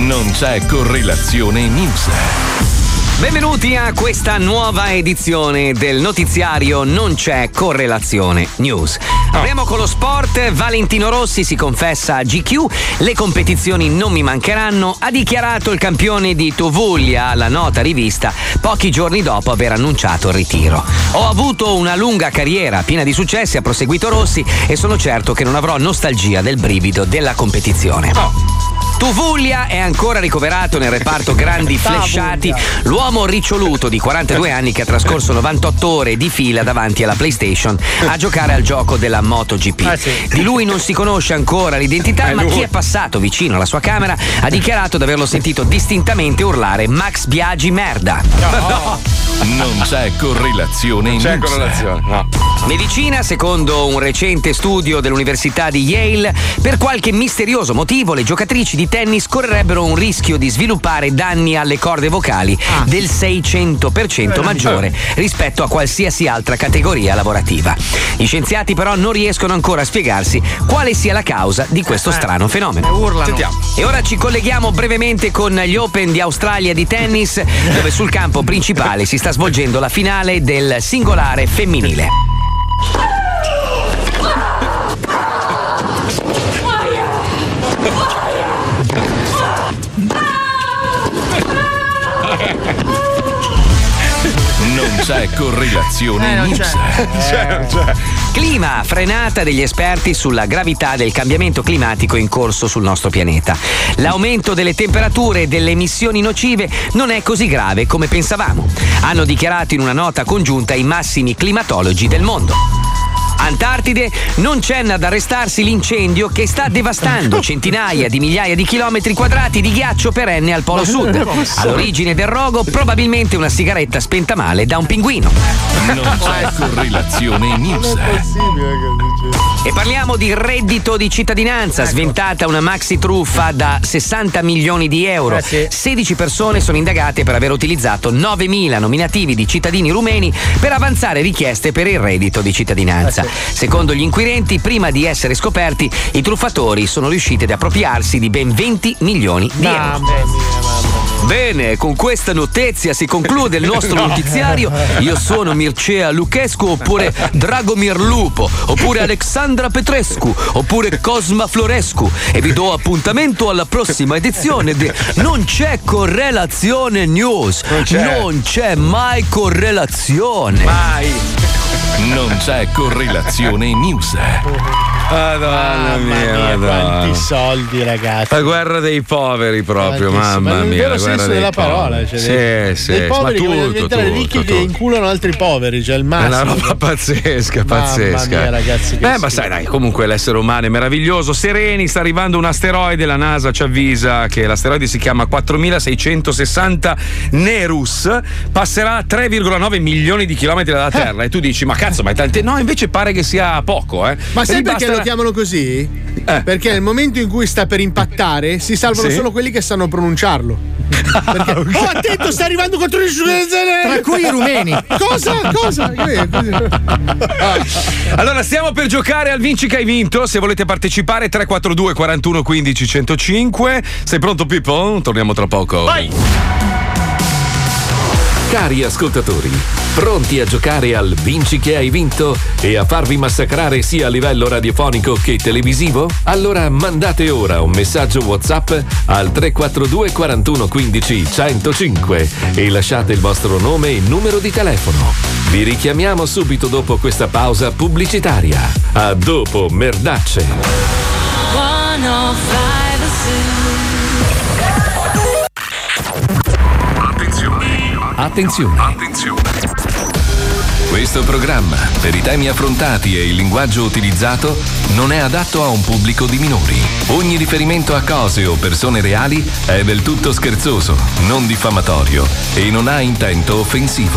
Benvenuti a questa nuova edizione del notiziario Non c'è correlazione news. Apriamo con lo sport. Valentino Rossi si confessa a GQ: le competizioni non mi mancheranno, ha dichiarato il campione di Tovuglia alla nota rivista pochi giorni dopo aver annunciato il ritiro. Ho avuto una lunga carriera piena di successi, ha proseguito Rossi, e sono certo che non avrò nostalgia del brivido della competizione. Tovuglia è ancora ricoverato nel reparto grandi flesciati l'uomo riccioluto di 42 anni che ha trascorso 98 ore di fila davanti alla PlayStation a giocare al gioco della MotoGP. Di lui non si conosce ancora l'identità, ma chi è passato vicino alla sua camera ha dichiarato di averlo sentito distintamente urlare Max Biaggi merda. Non c'è correlazione. No. Medicina. Secondo un recente studio dell'Università di Yale, per qualche misterioso motivo le giocatrici di tennis correrebbero un rischio di sviluppare danni alle corde vocali del 600% maggiore rispetto a qualsiasi altra categoria lavorativa. Gli scienziati però non riescono ancora a spiegarsi quale sia la causa di questo strano fenomeno. Sentiamo. E ora ci colleghiamo brevemente con gli Open di Australia di tennis, dove sul campo principale si sta svolgendo la finale del singolare femminile. Non c'è correlazione news. Clima, frenata degli esperti sulla gravità del cambiamento climatico in corso sul nostro pianeta. L'aumento delle temperature e delle emissioni nocive non è così grave come pensavamo, hanno dichiarato in una nota congiunta i massimi climatologi del mondo. Antartide, non c'è ad arrestarsi l'incendio che sta devastando centinaia di migliaia di chilometri quadrati di ghiaccio perenne al Polo Sud. All'origine del rogo probabilmente una sigaretta spenta male da un pinguino. Non c'è correlazione news. E parliamo di reddito di cittadinanza. Sventata una maxi truffa da 60 milioni di euro. 16 persone sono indagate per aver utilizzato 9.000 nominativi di cittadini rumeni per avanzare richieste per il reddito di cittadinanza. Secondo gli inquirenti, prima di essere scoperti, i truffatori sono riusciti ad appropriarsi di ben 20 milioni di euro. Bene, con questa notizia si conclude il nostro notiziario. Io sono Mircea Luchescu, oppure Dragomir Lupo, oppure Alexandra Petrescu, oppure Cosma Florescu, e vi do appuntamento alla prossima edizione di Non c'è correlazione news. Non c'è mai correlazione. Mai. Non c'è correlazione news. Madonna mia, quanti soldi, ragazzi. La guerra dei poveri proprio, mamma mia. La guerra dei parola, poveri. Sì. Dei poveri che vogliono diventare ricchi tutto. Che inculano altri poveri, cioè il massimo. È una roba pazzesca. Mamma mia, ragazzi. Ma sai, dai, comunque l'essere umano è meraviglioso. Sereni, sta arrivando un asteroide, la NASA ci avvisa che l'asteroide si chiama 4660 Nerus, passerà a 3,9 milioni di chilometri dalla Terra. E tu dici, ma cazzo, ma è tante. No, invece pare che sia poco, Ma sai perché lo chiamano così? Perché nel momento in cui sta per impattare si salvano solo quelli che sanno pronunciarlo. Perché, oh, attento, sta arrivando contro il tra cui i rumeni. Cosa? Allora, stiamo per giocare al Vinci che hai vinto. Se volete partecipare, 342 41 15 105. Sei pronto, Pippo? Torniamo tra poco. Vai! Cari ascoltatori, pronti a giocare al Vinci che hai vinto e a farvi massacrare sia a livello radiofonico che televisivo? Allora mandate ora un messaggio WhatsApp al 342 41 15 105 e lasciate il vostro nome e numero di telefono. Vi richiamiamo subito dopo questa pausa pubblicitaria. A dopo, merdacce. Attenzione. Questo programma, per i temi affrontati e il linguaggio utilizzato, non è adatto a un pubblico di minori. Ogni riferimento a cose o persone reali è del tutto scherzoso, non diffamatorio e non ha intento offensivo.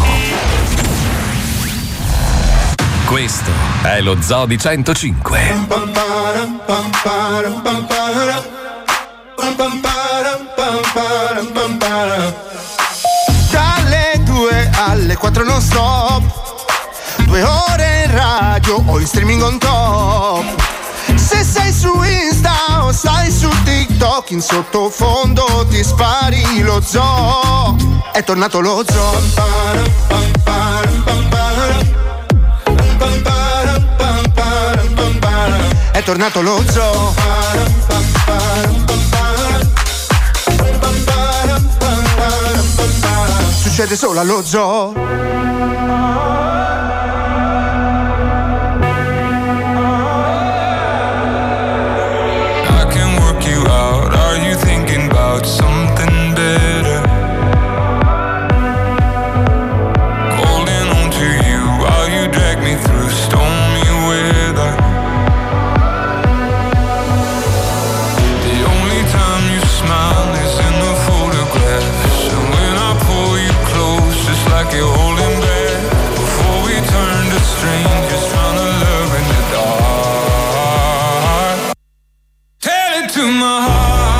Questo è lo Zoo di 105. Dalle 2 alle 4 non stop, 2 ore in radio o in streaming on top. Se sei su Insta o stai su TikTok, in sottofondo ti spari lo zoo. È tornato lo zoo. È tornato lo zoo. Succede solo allo zoo. Something better, holding on to you while you drag me through stormy weather. The only time you smile is in the photographs, and when I pull you close, it's like you're holding back. Before we turn to strangers, trying to love in the dark. Tell it to my heart.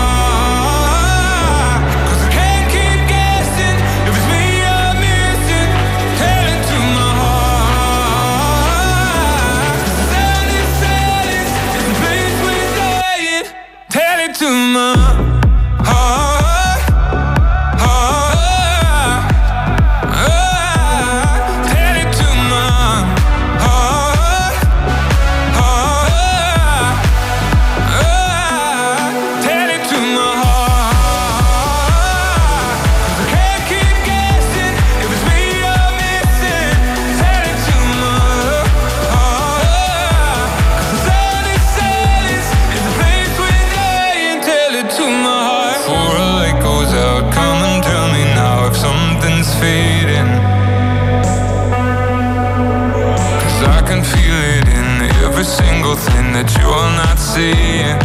That you are not seeing.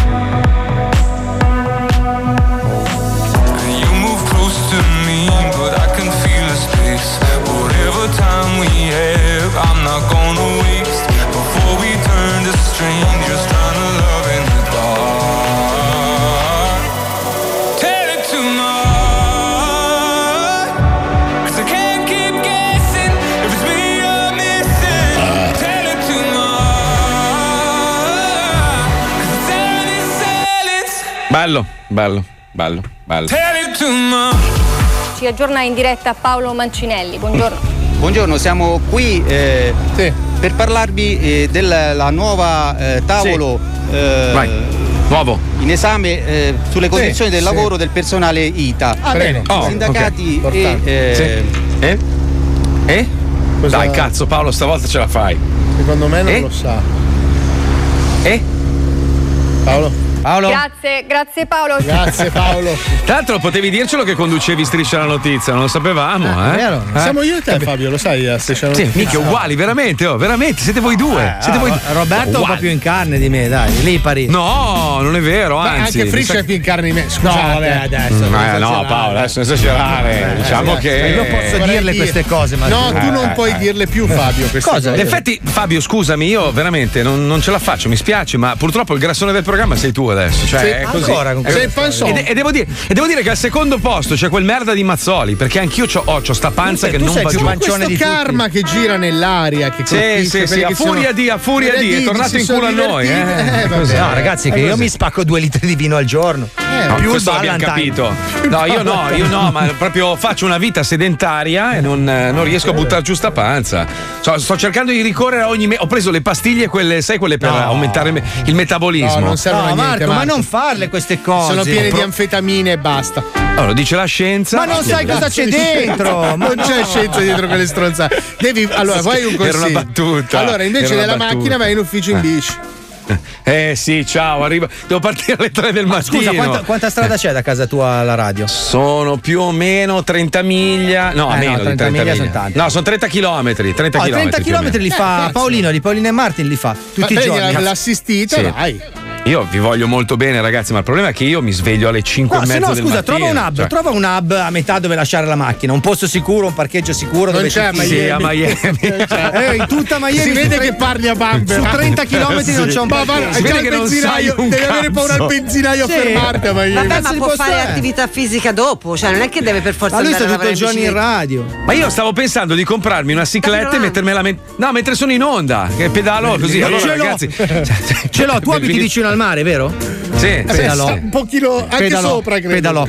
You move close to me, but I can feel a space. Whatever time we have, I'm not gonna waste. Before we turn to strangers, trying to love in the dark. Tell it to my heart, 'cause I can't keep guessing if it's me you're missing. Tell it to my Bello, bello, bello, bello. Ci aggiorna in diretta Paolo Mancinelli, buongiorno. Buongiorno, siamo qui per parlarvi della nuova tavolo nuovo in esame sulle condizioni del lavoro del personale ITA. Bene. Sindacati Dai cazzo Paolo, stavolta ce la fai. Secondo me non lo sa. Paolo? Grazie Paolo. Grazie Paolo. Tra l'altro potevi dircelo che conducevi Striscia la Notizia, non lo sapevamo, È vero. Siamo io e te Fabio, lo sai a Striscia la Notizia. Mica uguali, veramente, veramente, siete voi due. Roberto è un po' più in carne di me, dai, Lipari. No, non è vero, anzi. Anche Friscia è più in carne di me. No, vabbè, adesso. No, Paolo, adesso non esagerare. Diciamo che. Io posso dirle queste cose, ma. No, tu non puoi dirle più, Fabio. Cosa? In effetti, Fabio, scusami, io veramente non ce la faccio, mi spiace, ma purtroppo il grassone del programma sei tu. adesso. Cioè, è così. Ancora con e devo dire che al secondo posto c'è quel merda di Mazzoli, perché anch'io c'ho sta panza che non va giù. Questo karma che gira nell'aria, che sì, a furia di, è tornato in culo a noi. No, ragazzi, che io mi spacco 2 litri di vino al giorno. Più questo l'abbiamo capito. No, io no, ma proprio faccio una vita sedentaria e non riesco a buttare giù sta panza. Sto cercando di ricorrere a ogni ho preso le pastiglie, quelle per aumentare il metabolismo. No, non servono a niente, Marco, ma non farle queste cose. Sono piene di anfetamine e basta. Lo dice la scienza. Ma non sai cosa c'è dentro. Non c'è scienza dietro quelle stronzate. Allora, vai un consiglio. Era una battuta. Allora, invece della macchina vai in ufficio in bici. Sì, ciao, arrivo. Devo partire alle 3 del mattino. Scusa, quanta strada c'è da casa tua alla radio? Sono più o meno 30 miglia. No, meno 30 di 30 miglia sono tanti. No, sono 30 chilometri. 30 chilometri li fa Paolino, di Paolino e Martin li fa tutti i giorni. L'assistita, sì. Dai. Io vi voglio molto bene, ragazzi, ma il problema è che io mi sveglio alle 5 e mezza del mattino. Scusa, trova un hub a metà dove lasciare la macchina, un posto sicuro, un parcheggio sicuro. Non dove c'è a Miami. Sì, a Miami. In tutta Miami si vede che parli a bambe. Su 30 km non c'è un parcheggio. Si vede che non sai un devi avere paura al benzinaio a fermarti a Miami. Vabbè, ma può fare attività fisica dopo, cioè non è che deve per forza andare a lavorare. Ma lui sta tutto il giorno in radio. Ma io stavo pensando di comprarmi una cicletta e mettermela mentre sono in onda, che pedalo così. Allora, ragazzi, ce l'ho, tu abiti vicino al mare, vero? Sì, pedalò. Un pochino anche sopra, credo.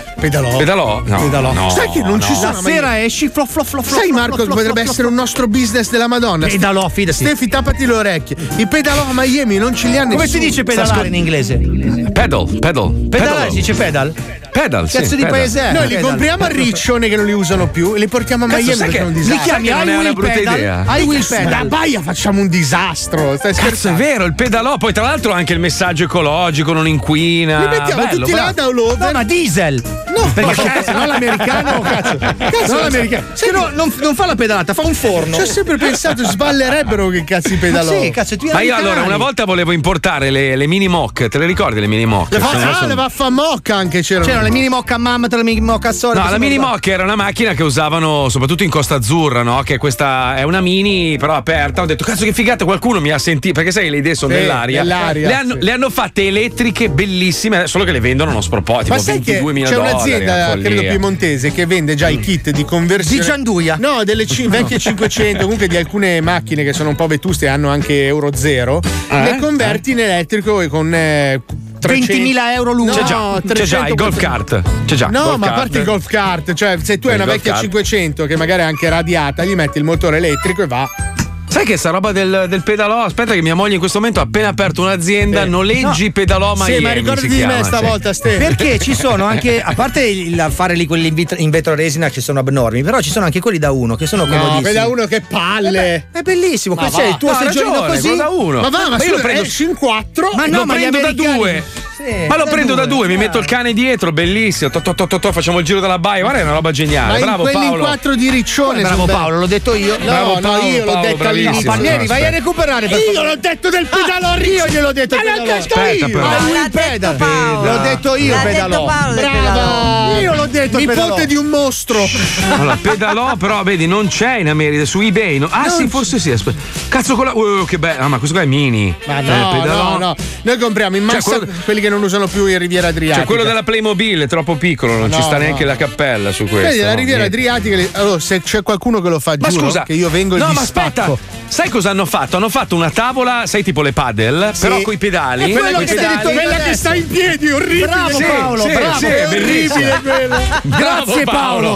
Pedalò? No. Sai che non ci sono. La sera esci, flop. Sai, Marco, che potrebbe essere un nostro business della Madonna. Pedalò, fidati. Stefi, tappati le orecchie. I pedalò a Miami non ce li hanno. Come si dice pedalare in inglese? Pedal. Pedalare si dice pedal? Pedal, sì. Cazzo di paese è? Noi li compriamo a Riccione che non li usano più e li portiamo a Miami perché sono un disastro. Li chiami non è una brutta idea. I will pedal. Da Baia facciamo un disastro. Stai scherzando? È vero, il pedalò. Poi tra l'altro anche il messaggio ecologico, non inquina. Li mettiamo tutti là da all over. No, ma diesel. No, perché cazzo, non l'americano, cazzo. Non l'americano. Se no, non fa la pedalata, fa un forno. Ci ho sempre pensato, sballerebbero che cazzo di pedalò. Sì, cazzo, tu ma io allora una volta volevo importare le mini mock, te le ricordi le mini mock? Le vaffa mock anche c'erano le mini mock a mamma, le mini mock a Sora. No, la mini mock era una macchina che usavano soprattutto in Costa Azzurra, no? Che questa è una mini però aperta. Ho detto cazzo che figata, qualcuno mi ha sentito, perché sai le idee sono nell'aria. Le hanno fatte elettriche bellissime, solo che le vendono uno sproposito, tipo $22.000. C'è un'azienda, credo piemontese, che vende già i kit di conversione di Gianduia. No, delle vecchie 500, comunque di alcune macchine che sono un po' vetuste e hanno anche Euro 0. Le converti in elettrico e con 20.000 euro l'uno. C'è già il golf kart. Ma a parte il golf kart, cioè se tu hai una vecchia 500 che magari è anche radiata, gli metti il motore elettrico e va. Sai che sta roba del pedalò? Aspetta che mia moglie in questo momento ha appena aperto un'azienda, noleggi pedalò Miami. Sì, ma ricordati di me stavolta, Ste. Perché ci sono anche, a parte il fare quelli in vetroresina che sono abnormi, però ci sono anche quelli da uno che sono comodissimi. No, da uno che palle. È bellissimo, questo è il tuo seggiolino così. Da uno. Ma io lo prendo in 4. Ma no, lo prendo da 2. Ma lo prendo da 2, mi metto il cane dietro, bellissimo. Facciamo il giro della baia. Guarda, è una roba geniale. Bravo Paolo. Quelli in 4 di Riccione. Bravo Paolo, l'ho detto io. No, io l'ho detto all'inizio. Palmieri, vai a recuperare. Io l'ho detto del pedalò. Io gliel'ho detto il pedalò. L'ho detto io pedalò. Brava. Io l'ho detto il pedalò. Nipote di un mostro. Allora, pedalò però vedi non c'è in America, su eBay. Sì, forse sì. Cazzo con la che bello. Ma questo qua è mini. Ma no. Noi compriamo in massa quelli che non usano più in Riviera Adriatica. Cioè quello della Playmobil è troppo piccolo, non ci sta neanche la cappella su questo. Vedi, la Riviera Adriatica, allora se c'è qualcuno che lo fa, giuro scusa, che io vengo e ma aspetta, sai cosa hanno fatto? Hanno fatto una tavola, sai tipo le paddle, però coi pedali. Quella che sta in piedi, orribile. Bravo Paolo, bravo. È orribile quella. Grazie Paolo.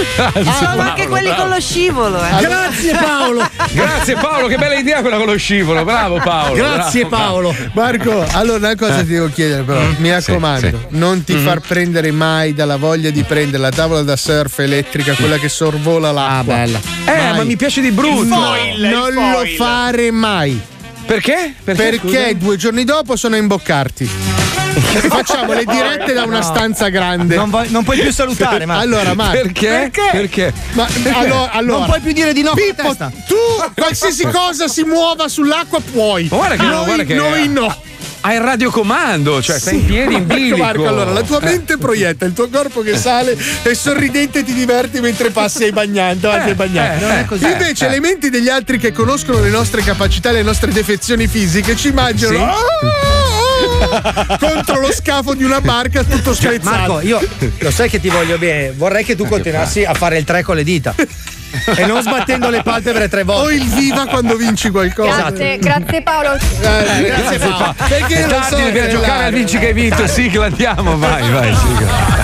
Anche quelli con lo scivolo. Grazie Paolo. Grazie Paolo, che bella idea quella con lo scivolo. Bravo Paolo. Grazie Paolo. Marco, allora una cosa ti devo chiedere però, mi raccomando, non ti far prendere mai dalla voglia di prendere la tavola da surf elettrica, quella che sorvola l'acqua. Bella. Ma mi piace di brutto. Non lo fare mai. Perché? Perché 2 giorni dopo sono a imboccarti. Facciamo le dirette da una stanza grande. Non puoi più salutare, ma allora, perché? Ma allora, non puoi più dire di no. Pippo, tu qualsiasi cosa si muova sull'acqua puoi. Ma guarda che noi no. Hai il radiocomando, cioè stai in piedi in bilico. Marco, allora la tua mente proietta il tuo corpo che sale e sorridente ti diverti mentre passi ai bagnanti, davanti ai bagnanti. Non è così. Invece le menti degli altri che conoscono le nostre capacità e le nostre defezioni fisiche ci immaginano. contro lo scafo di una barca tutto spezzato. Marco, io lo sai che ti voglio bene, vorrei che tu continuassi a fare il 3 con le dita. E non sbattendo le palpebre 3 volte. O il viva quando vinci qualcosa. Grazie Paolo. Grazie Paolo. Perché non so per giocare al vinci che hai vinto, sigla, andiamo, vai, sigla.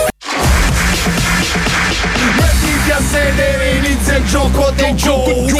Mettiti a sedere, inizia il gioco dei giochi.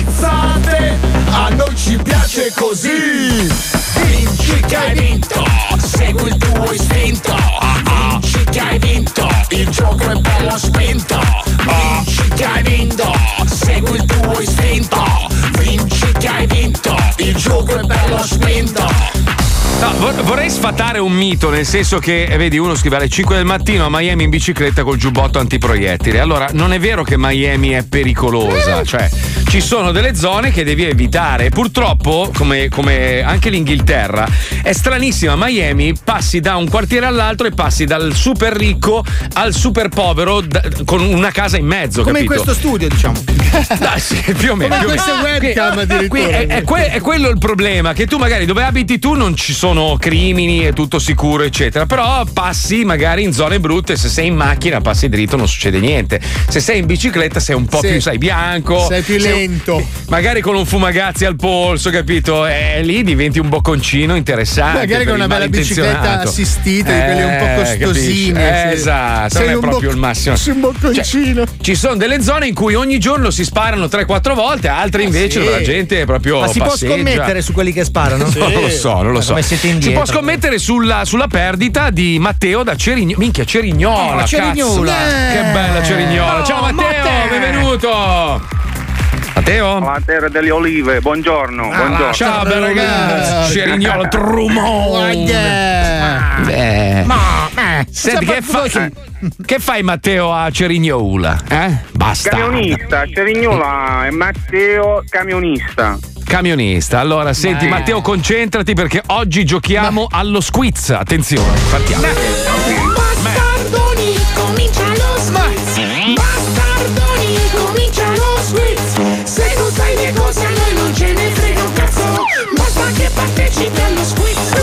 A noi ci piace così. Vinci che hai vinto, segui il tuo istinto. Vinci che hai vinto, il gioco è bello spinto. Vinci che hai vinto, segui il tuo istinto. Vinci che hai vinto, il gioco è bello spinto. No, vorrei sfatare un mito, nel senso che vedi, uno scrive alle 5 del mattino a Miami in bicicletta col giubbotto antiproiettili. Allora, non è vero che Miami è pericolosa, cioè ci sono delle zone che devi evitare. Purtroppo, come anche l'Inghilterra, è stranissima. Miami passi da un quartiere all'altro e passi dal super ricco al super povero con una casa in mezzo. Come capito? in questo studio, diciamo. Sì, più o meno. Come queste webcam addirittura. È quello il problema, che tu magari dove abiti tu non ci sono crimini, è tutto sicuro, eccetera. Però passi magari in zone brutte. Se sei in macchina passi dritto, non succede niente. Se sei in bicicletta sei un po' più, sai, bianco, sei più lento, magari con un fumagazzi al polso, capito? E lì diventi un bocconcino interessante. Magari con una bella bicicletta assistita, di quelle un po' costosine. Esatto, sei non è proprio il massimo. Sei un bocconcino. Ci sono delle zone in cui ogni giorno si sparano 3-4 volte, altre invece dove la gente è proprio. Ma si passeggia. può scommettere su quelli che sparano? Sì. Non lo so. Come siete indietro? Si può scommettere sulla perdita di Matteo da Cerignola. Minchia, Cerignola. Cerignola. Che bella Cerignola. Ciao Matteo, benvenuto. Matteo delle Olive, buongiorno. Buongiorno. Ciao bel ragazzo. Cerignola, Trumone. Senti, che fai Matteo a Cerignola? Basta. Camionista, Cerignola e Matteo camionista. Allora, senti Matteo, concentrati perché oggi giochiamo allo squiz. Attenzione, partiamo. Bastardoni, comincia lo squiz. Bastardoni, comincia lo squiz. Se non sai le cose a noi non ce ne frega un cazzo. Basta che partecipi allo squiz.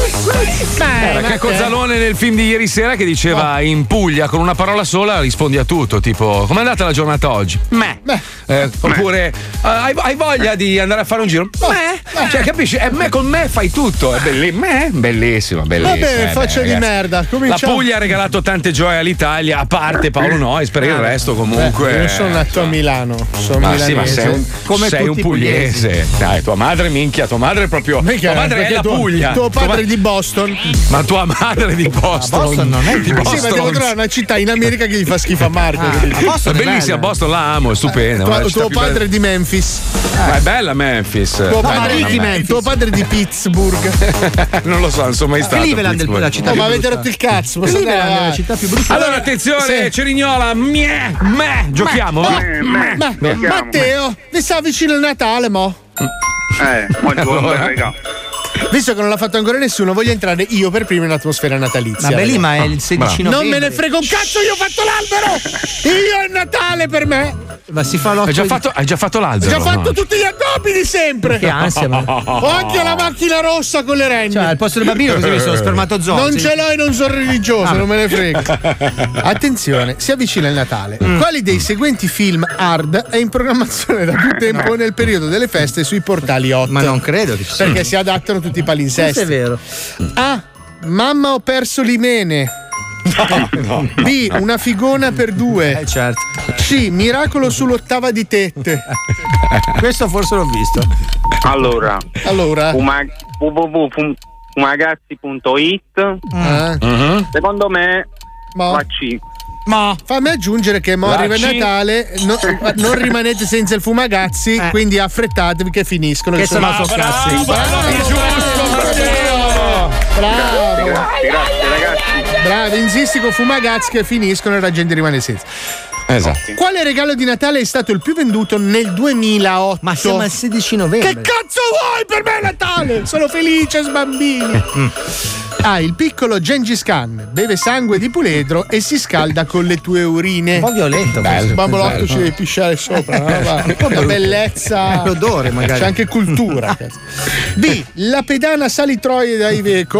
Era Cacco Zalone nel film di ieri sera che diceva in Puglia con una parola sola rispondi a tutto, tipo com'è andata la giornata oggi? Oppure hai voglia di andare a fare un giro? Cioè capisci? Con me fai tutto, è bellissimo. Vabbè, faccia di merda. La Puglia ha regalato tante gioie all'Italia, a parte Paolo Noyes, per il resto comunque. Io sono nato a Milano, sono milanese. Ma sei un pugliese. Dai, tua madre tua madre è proprio. Tua madre è la Puglia. Tuo padre è di Boston. Ma tua madre è di Boston. Boston non è di Boston. Sì, ma devo trovare una città in America che gli fa schifo a Marco. È bellissima, Boston la amo, è stupenda. Tuo padre è di Memphis. Ma è bella Memphis. Tuo padre è di Pittsburgh. Non lo so, non sono mai stato. Cleveland è la città. Ma avete rotto il cazzo. Cleveland è la città più brutta. Allora attenzione, Cerignola, giochiamo. Matteo, vi sta vicino il Natale, mo? Buongiorno, Visto che non l'ha fatto ancora nessuno, voglio entrare io per primo in atmosfera natalizia. Vabbè, lì, ma è il 16 novembre. Non me ne frega un cazzo, io ho fatto l'albero! Io è Natale per me! Ma si fa Hai già fatto l'albero? Ho già fatto tutti gli addobbi di sempre! Che ansia, ma. Ho anche la macchina rossa con le renne. Cioè, al posto del bambino così mi sono spermatozoo. Non ce l'ho e non sono religioso, non me ne frega. Attenzione, si avvicina il Natale. Quali dei seguenti film hard è in programmazione da più tempo nel periodo delle feste sui portali 8? Ma non credo che perché si adattano tutti i palinsesti. Questo è vero. A. Mamma ho perso l'imene. No. B. Una figona per 2. Certo. C. Miracolo sull'ottava di tette. Questo forse l'ho visto. Allora. www.fumagazzi.it. Secondo me la C. Ma fammi aggiungere che mo arriva il Natale, non rimanete senza il fumagazzi, quindi affrettatevi che finiscono. Che sono cazzi. Bravo. Grazie ragazzi. Bravo, insisti con fumagazzi che finiscono e la gente rimane senza. Esatto. Quale regalo di Natale è stato il più venduto nel 2008? Ma siamo al 16 novembre. Che cazzo vuoi per me Natale? Sono felice, sbambini. Il piccolo Gengis Khan beve sangue di puledro e si scalda con le tue urine. Un po' violento. Il bambolotto ci devi pisciare sopra. La bellezza. L'odore magari. C'è anche cultura. B. La pedana salitroide da Iveco.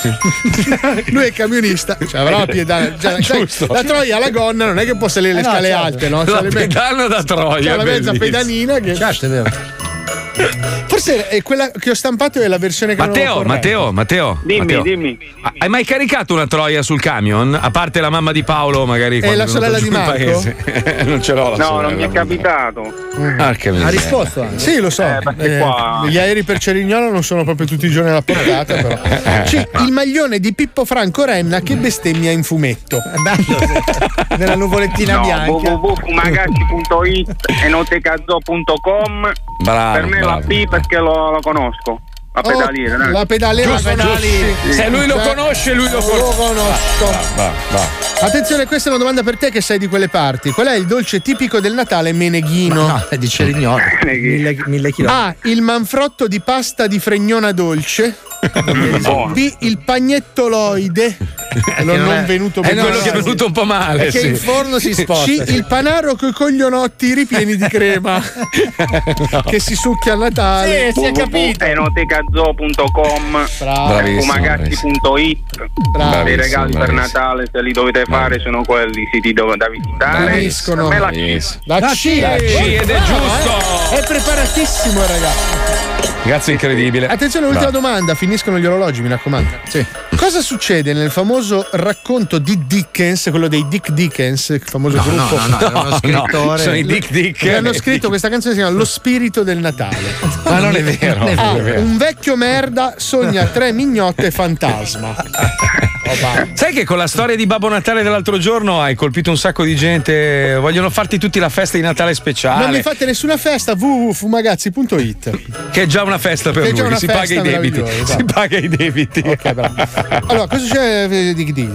Lui è camionista, cioè avrà la pedana. La Troia alla gonna non è che può salire le scale alte, no? La pedana da Troia. C'è la mezza pedanina che. Certo, è vero. Forse è quella che ho stampato è la versione che Matteo. Dimmi. Hai mai caricato una Troia sul camion? A parte la mamma di Paolo, magari. E la sorella di Marco? Non ce l'ho la sorella. No, non mi è capitato. Ha risposto anche. Sì, lo so. Qua... Gli aerei per Cerignola non sono proprio tutti i giorni alla portata, però. C'è il maglione di Pippo Franco Renna che bestemmia in fumetto. È bello, nella nuvolettina bianca. www.fumagazzi.it e notecazzo.com. Bravo. Per me la P perché lo conosco. La pedaliera, dai. La pedaliera. Se lui lo conosce, lui lo conosco. Va. Attenzione, questa è una domanda per te che sei di quelle parti. Qual è il dolce tipico del Natale meneghino? No, è di Cerignola. 1000 kg. A. Il manfrotto di pasta di Fregnona dolce. B. Il pagnettoloide. Non venuto bene. È quello che è venuto un po' male. Che in forno si sposta. C. Il panaro coi coglionotti ripieni di crema. Che si succhia a Natale. Sì, si è capito. Enotecazzo.com, fumagazzi.it. Dei regali per Natale, se li dovete fare, sono quelli siti da visitare. Bravissimo. La C ed è giusto. È preparatissimo, ragazzi. Ragazzi, incredibile. Attenzione, ultima domanda. Finiscono gli orologi, mi raccomando. Sì. Cosa succede nel famoso racconto di Dickens, quello dei Dick Dickens, il famoso gruppo? No, era uno scrittore. Sono i Dick. Che hanno scritto questa canzone, si chiama Lo spirito del Natale. Ma non è vero. Un vecchio merda sogna 3 mignotte fantasma. Sai che con la storia di Babbo Natale dell'altro giorno hai colpito un sacco di gente. Vogliono farti tutti la festa di Natale speciale. Non mi fate nessuna festa. www.fumagazzi.it, che è già una festa per lui. Si paga i debiti. Si paga i debiti. Ok, bravo. Allora, cosa succede?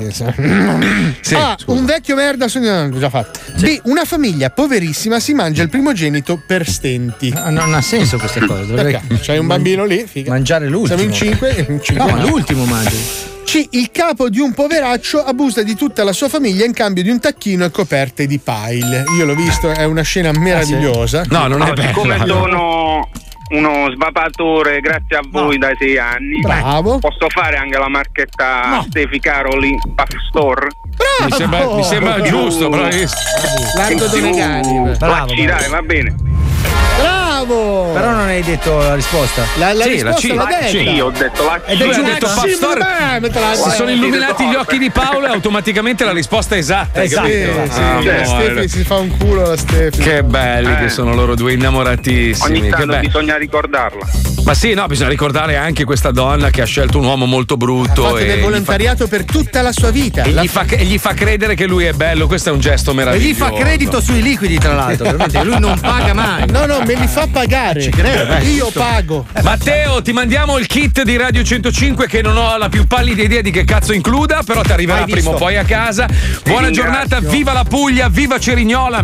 Un vecchio merda sogna. Già fatto. B. Una famiglia poverissima si mangia il primogenito per stenti. Non ha senso queste cose. Perché? C'hai un bambino lì? Figa. Mangiare l'ultimo. Siamo in 5. No, l'ultimo mangi. C. Il capo di un poveraccio abusa di tutta la sua famiglia in cambio di un tacchino e coperte di pile. Io l'ho visto, è una scena meravigliosa. No, non è bello. Come sono uno svapatore grazie a voi dai 6 anni. Bravo. Posso fare anche la marchetta Stefi Caroli Puff Store? Bravo. Mi sembra giusto, bravissimo. Largo Donegani. Bravo. Dai, va bene. Bravo! Però non hai detto la risposta. La risposta l'ha detta. Sì, ho detto la C. Lui ha detto Puff Store. Si sono illuminati gli occhi di Paolo e automaticamente la risposta è esatta. Esatto. Stefi si fa un culo la Stefi. Che belli che sono loro due, innamoratissimi. Ogni tanto bisogna ricordarla. Ma sì, no, bisogna ricordare anche questa donna che ha scelto un uomo molto brutto. Ha fatto del volontariato per tutta la sua vita. E gli fa credere che lui è bello. Questo è un gesto meraviglioso. E gli fa credito sui liquidi, tra l'altro. Veramente, lui non paga mai. No, me li fa pagare. Ci credo, io pago. Matteo, ti mandiamo il kit di Radio 105 che non ho la più pallida idea di che cazzo includa, però ti arriverà prima o poi a casa. Buona giornata, viva la Puglia, viva Cerignola.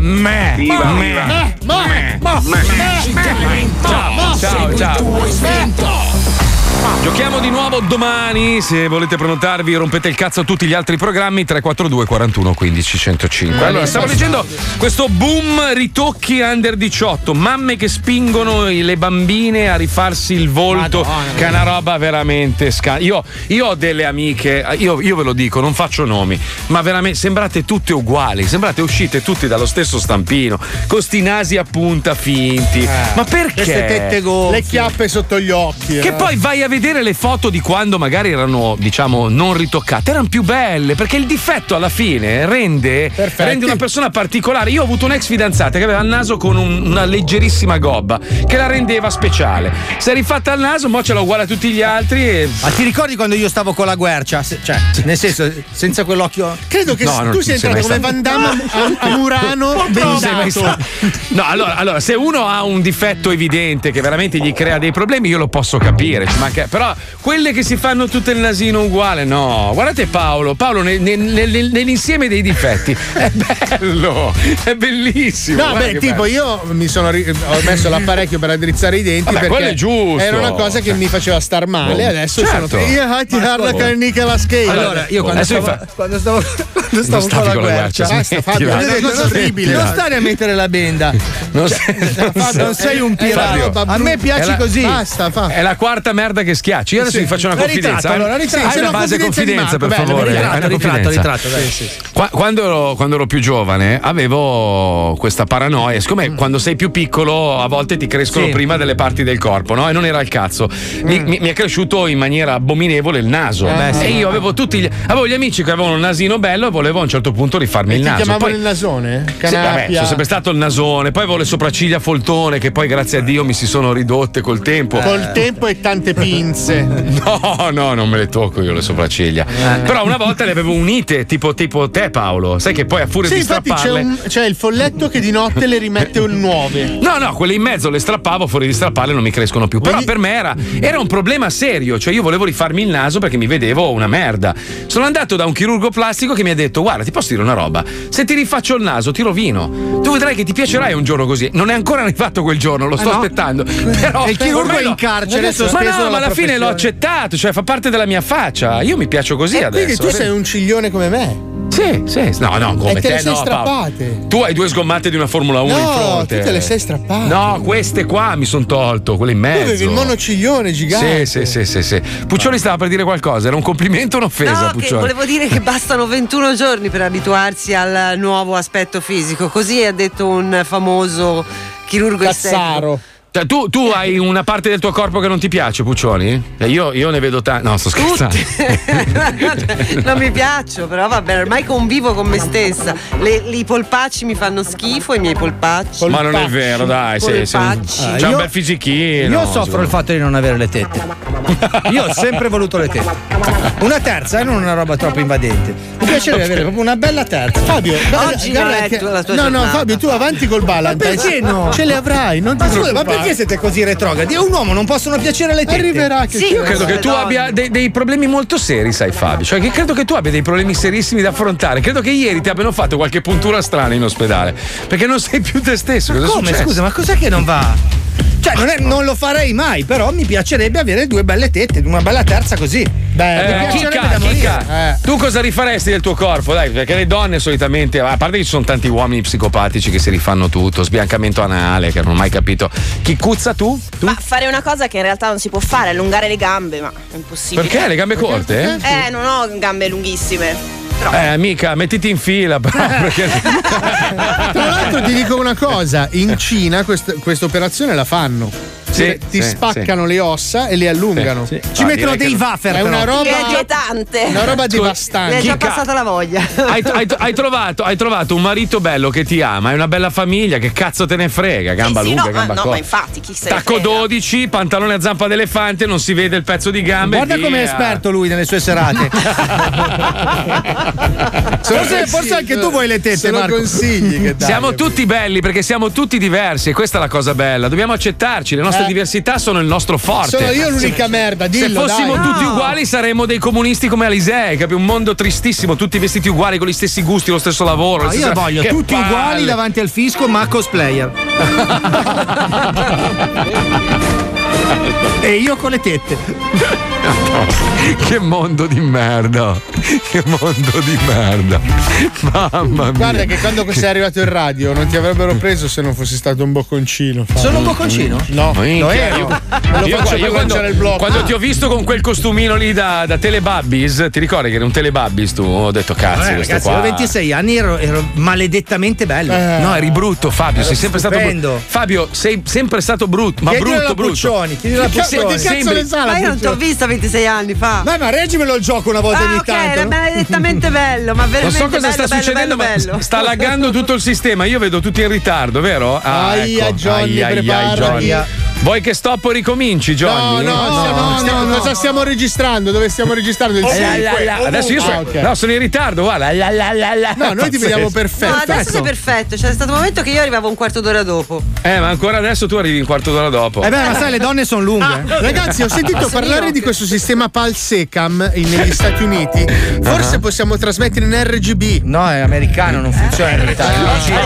Ciao. Giochiamo di nuovo domani. Se volete prenotarvi, rompete il cazzo a tutti gli altri programmi. 342 41 15 105. Allora, stavo leggendo questo boom ritocchi under 18. Mamme che spingono le bambine a rifarsi il volto. Madonna, che è una roba veramente io ho delle amiche, io ve lo dico, non faccio nomi, ma veramente sembrate tutte uguali. Sembrate uscite tutti dallo stesso stampino, con sti nasi a punta finti. Ma perché? Queste tette gonfie, le chiappe sotto gli occhi. Che poi vai a vedere le foto di quando magari erano, diciamo, non ritoccate, erano più belle, perché il difetto alla fine rende una persona particolare. Io ho avuto un'ex fidanzata che aveva il naso con una leggerissima gobba che la rendeva speciale. Si è rifatta il naso, mo ce l'ha uguale a tutti gli altri. Ma ti ricordi quando io stavo con la guercia? Cioè, nel senso, senza quell'occhio. Credo che tu sia entrato come Van Damme a Murano bendato. No, allora, se uno ha un difetto evidente che veramente gli crea dei problemi, io lo posso capire. Però quelle che si fanno tutte il nasino uguale, no. Guardate Paolo nell'insieme dei difetti è bello, è bellissimo. No, beh, tipo io ho messo l'apparecchio per addrizzare i denti. Vabbè, perché è giusto. Era una cosa che mi faceva star male. Adesso sono io ti guardo la carnica la scheda. Allora, io quando stavo con la guercia, basta Fabio, è una cosa orribile. Non stare a mettere la benda. Non sei un pirata. A me piace così. Basta, È la quarta merda che schiaccia. piace. Io adesso vi faccio una confidenza. Hai una base confidenza, per favore. Ritratto. Quando ero più giovane avevo questa paranoia. Siccome quando sei più piccolo a volte ti crescono prima delle parti del corpo, no? E non era il cazzo. Mi è cresciuto in maniera abominevole il naso. E io avevo gli amici che avevano un nasino bello e volevo a un certo punto rifarmi il naso. Ti chiamavano il nasone? Sono sempre stato il nasone. Poi avevo le sopracciglia foltone che poi grazie a Dio mi si sono ridotte col tempo. Col tempo e tante pinze. No, non me le tocco io le sopracciglia. Però una volta le avevo unite, tipo te, Paolo. Sai che poi a furia di strapparle. C'è il folletto che di notte le rimette nuove. No, quelle in mezzo le strappavo, fuori di strapparle non mi crescono più. Però per me era un problema serio. Cioè io volevo rifarmi il naso perché mi vedevo una merda. Sono andato da un chirurgo plastico che mi ha detto: guarda, ti posso dire una roba? Se ti rifaccio il naso, ti rovino. Tu vedrai che ti piacerai un giorno così. Non è ancora arrivato quel giorno, lo sto aspettando. Però il chirurgo è in carcere. Ma alla fine l'ho accettato, cioè fa parte della mia faccia. Io mi piaccio così adesso. Quindi tu sei un ciglione come me. Sì. No, come te te le sei strappate. Tu hai 2 sgommate di una Formula 1 in fronte. Tu te le sei strappate. No, queste qua mi sono tolto, quelle in mezzo. Tu avevi il monociglione gigante. Sì. Puccioli stava per dire qualcosa, era un complimento o un'offesa, Puccioli? Che volevo dire che bastano 21 giorni per abituarsi al nuovo aspetto fisico, così ha detto un famoso chirurgo estetico. Cioè, tu hai una parte del tuo corpo che non ti piace, Puccioli? Io ne vedo tanti. No, sto scherzando. Non mi piaccio, però va bene, ormai convivo con me stessa. I polpacci mi fanno schifo, i miei polpacci. Ma non è vero, dai, c'è un bel fisichino. Io soffro il fatto di non avere le tette. Io ho sempre voluto le tette. Una terza, non una roba troppo invadente. Mi piacerebbe avere proprio una bella terza. Fabio, oggi non è la tua giornata. Fabio, tu avanti col Valentine. Perché no? Ce le avrai, non ti preoccupare. Ma perché siete così retrogradi? A un uomo non possono piacere le tette. Arriverà che io credo che tu abbia dei problemi molto seri, sai, Fabio. Cioè, che credo che tu abbia dei problemi serissimi da affrontare. Credo che ieri ti abbiano fatto qualche puntura strana in ospedale. Perché non sei più te stesso. Cosa come? Scusa, ma cos'è che non va? Cioè, non lo farei mai, però mi piacerebbe avere 2 belle tette, una bella terza così. Chicca, tu cosa rifaresti del tuo corpo? Dai, perché le donne solitamente, a parte che ci sono tanti uomini psicopatici che si rifanno tutto, sbiancamento anale, che non ho mai capito. Chi cuzza tu? Ma fare una cosa che in realtà non si può fare, allungare le gambe, ma è impossibile. Perché? Le gambe corte? Non ho gambe lunghissime. Amica, mettiti in fila. Tra l'altro ti dico una cosa, in Cina questa operazione la fanno. Ti spaccano le ossa e le allungano. Ci mettono dei wafer. È una roba inquietante. Una roba devastante. Mi è già passata la voglia. Hai trovato un marito bello che ti ama, hai una bella famiglia, che cazzo te ne frega? Gamba lunga, gamba corta. No, ma infatti, chi se ne Tacco frega? 12, pantalone a zampa d'elefante, non si vede il pezzo di gambe. Guarda come è esperto lui nelle sue serate. Forse anche tu vuoi le tette, Marco. Consigli che dai, siamo tutti belli perché siamo tutti diversi e questa è la cosa bella. Dobbiamo accettarci, le nostre diversità sono il nostro forte. Sono io l'unica merda, dillo. Se fossimo tutti uguali saremmo dei comunisti come Alisei, capi? Un mondo tristissimo, tutti vestiti uguali, con gli stessi gusti, lo stesso lavoro. Io voglio tutti uguali davanti al fisco, ma cosplayer. E io con le tette. Che mondo di merda. Che mondo di merda. Mamma mia. Guarda che quando sei arrivato in radio non ti avrebbero preso se non fossi stato un bocconcino. Sono un bocconcino? No, lo ero. Quando ti ho visto con quel costumino lì da Telebabbies, ti ricordi che era un Telebabbies tu? Ho detto cazzo, questo ragazzi, qua. Io 26 anni ero maledettamente bello. No, eri brutto, Fabio, sei sempre stupendo. stato brutto. Fabio, sei sempre stato brutto, ma chiedilo brutto. Puccioni. Che cazzo ne sa? Ma io non ti ho vista 26 anni fa. Ma reggimelo il gioco una volta ogni tanto. Era maledettamente bello, ma veramente non so cosa sta succedendo, bello. ma sta laggando tutto il sistema. Io vedo tutti in ritardo, vero? Johnny, Johnny. Vuoi che stoppo e ricominci, Johnny? No. Cosa stiamo registrando? Dove stiamo registrando? Il 5. Adesso io sono in ritardo, guarda. No, noi ti vediamo perfetto. No, adesso sei perfetto. C'è stato un momento che io arrivavo un quarto d'ora dopo. Ma ancora adesso tu arrivi un quarto d'ora dopo. Ma sai, le donne sono lunghe. Ragazzi, ho sentito parlare di questo sistema PAL-SECAM negli Stati Uniti. Forse possiamo trasmettere in RGB. No, è americano, non funziona in Italia.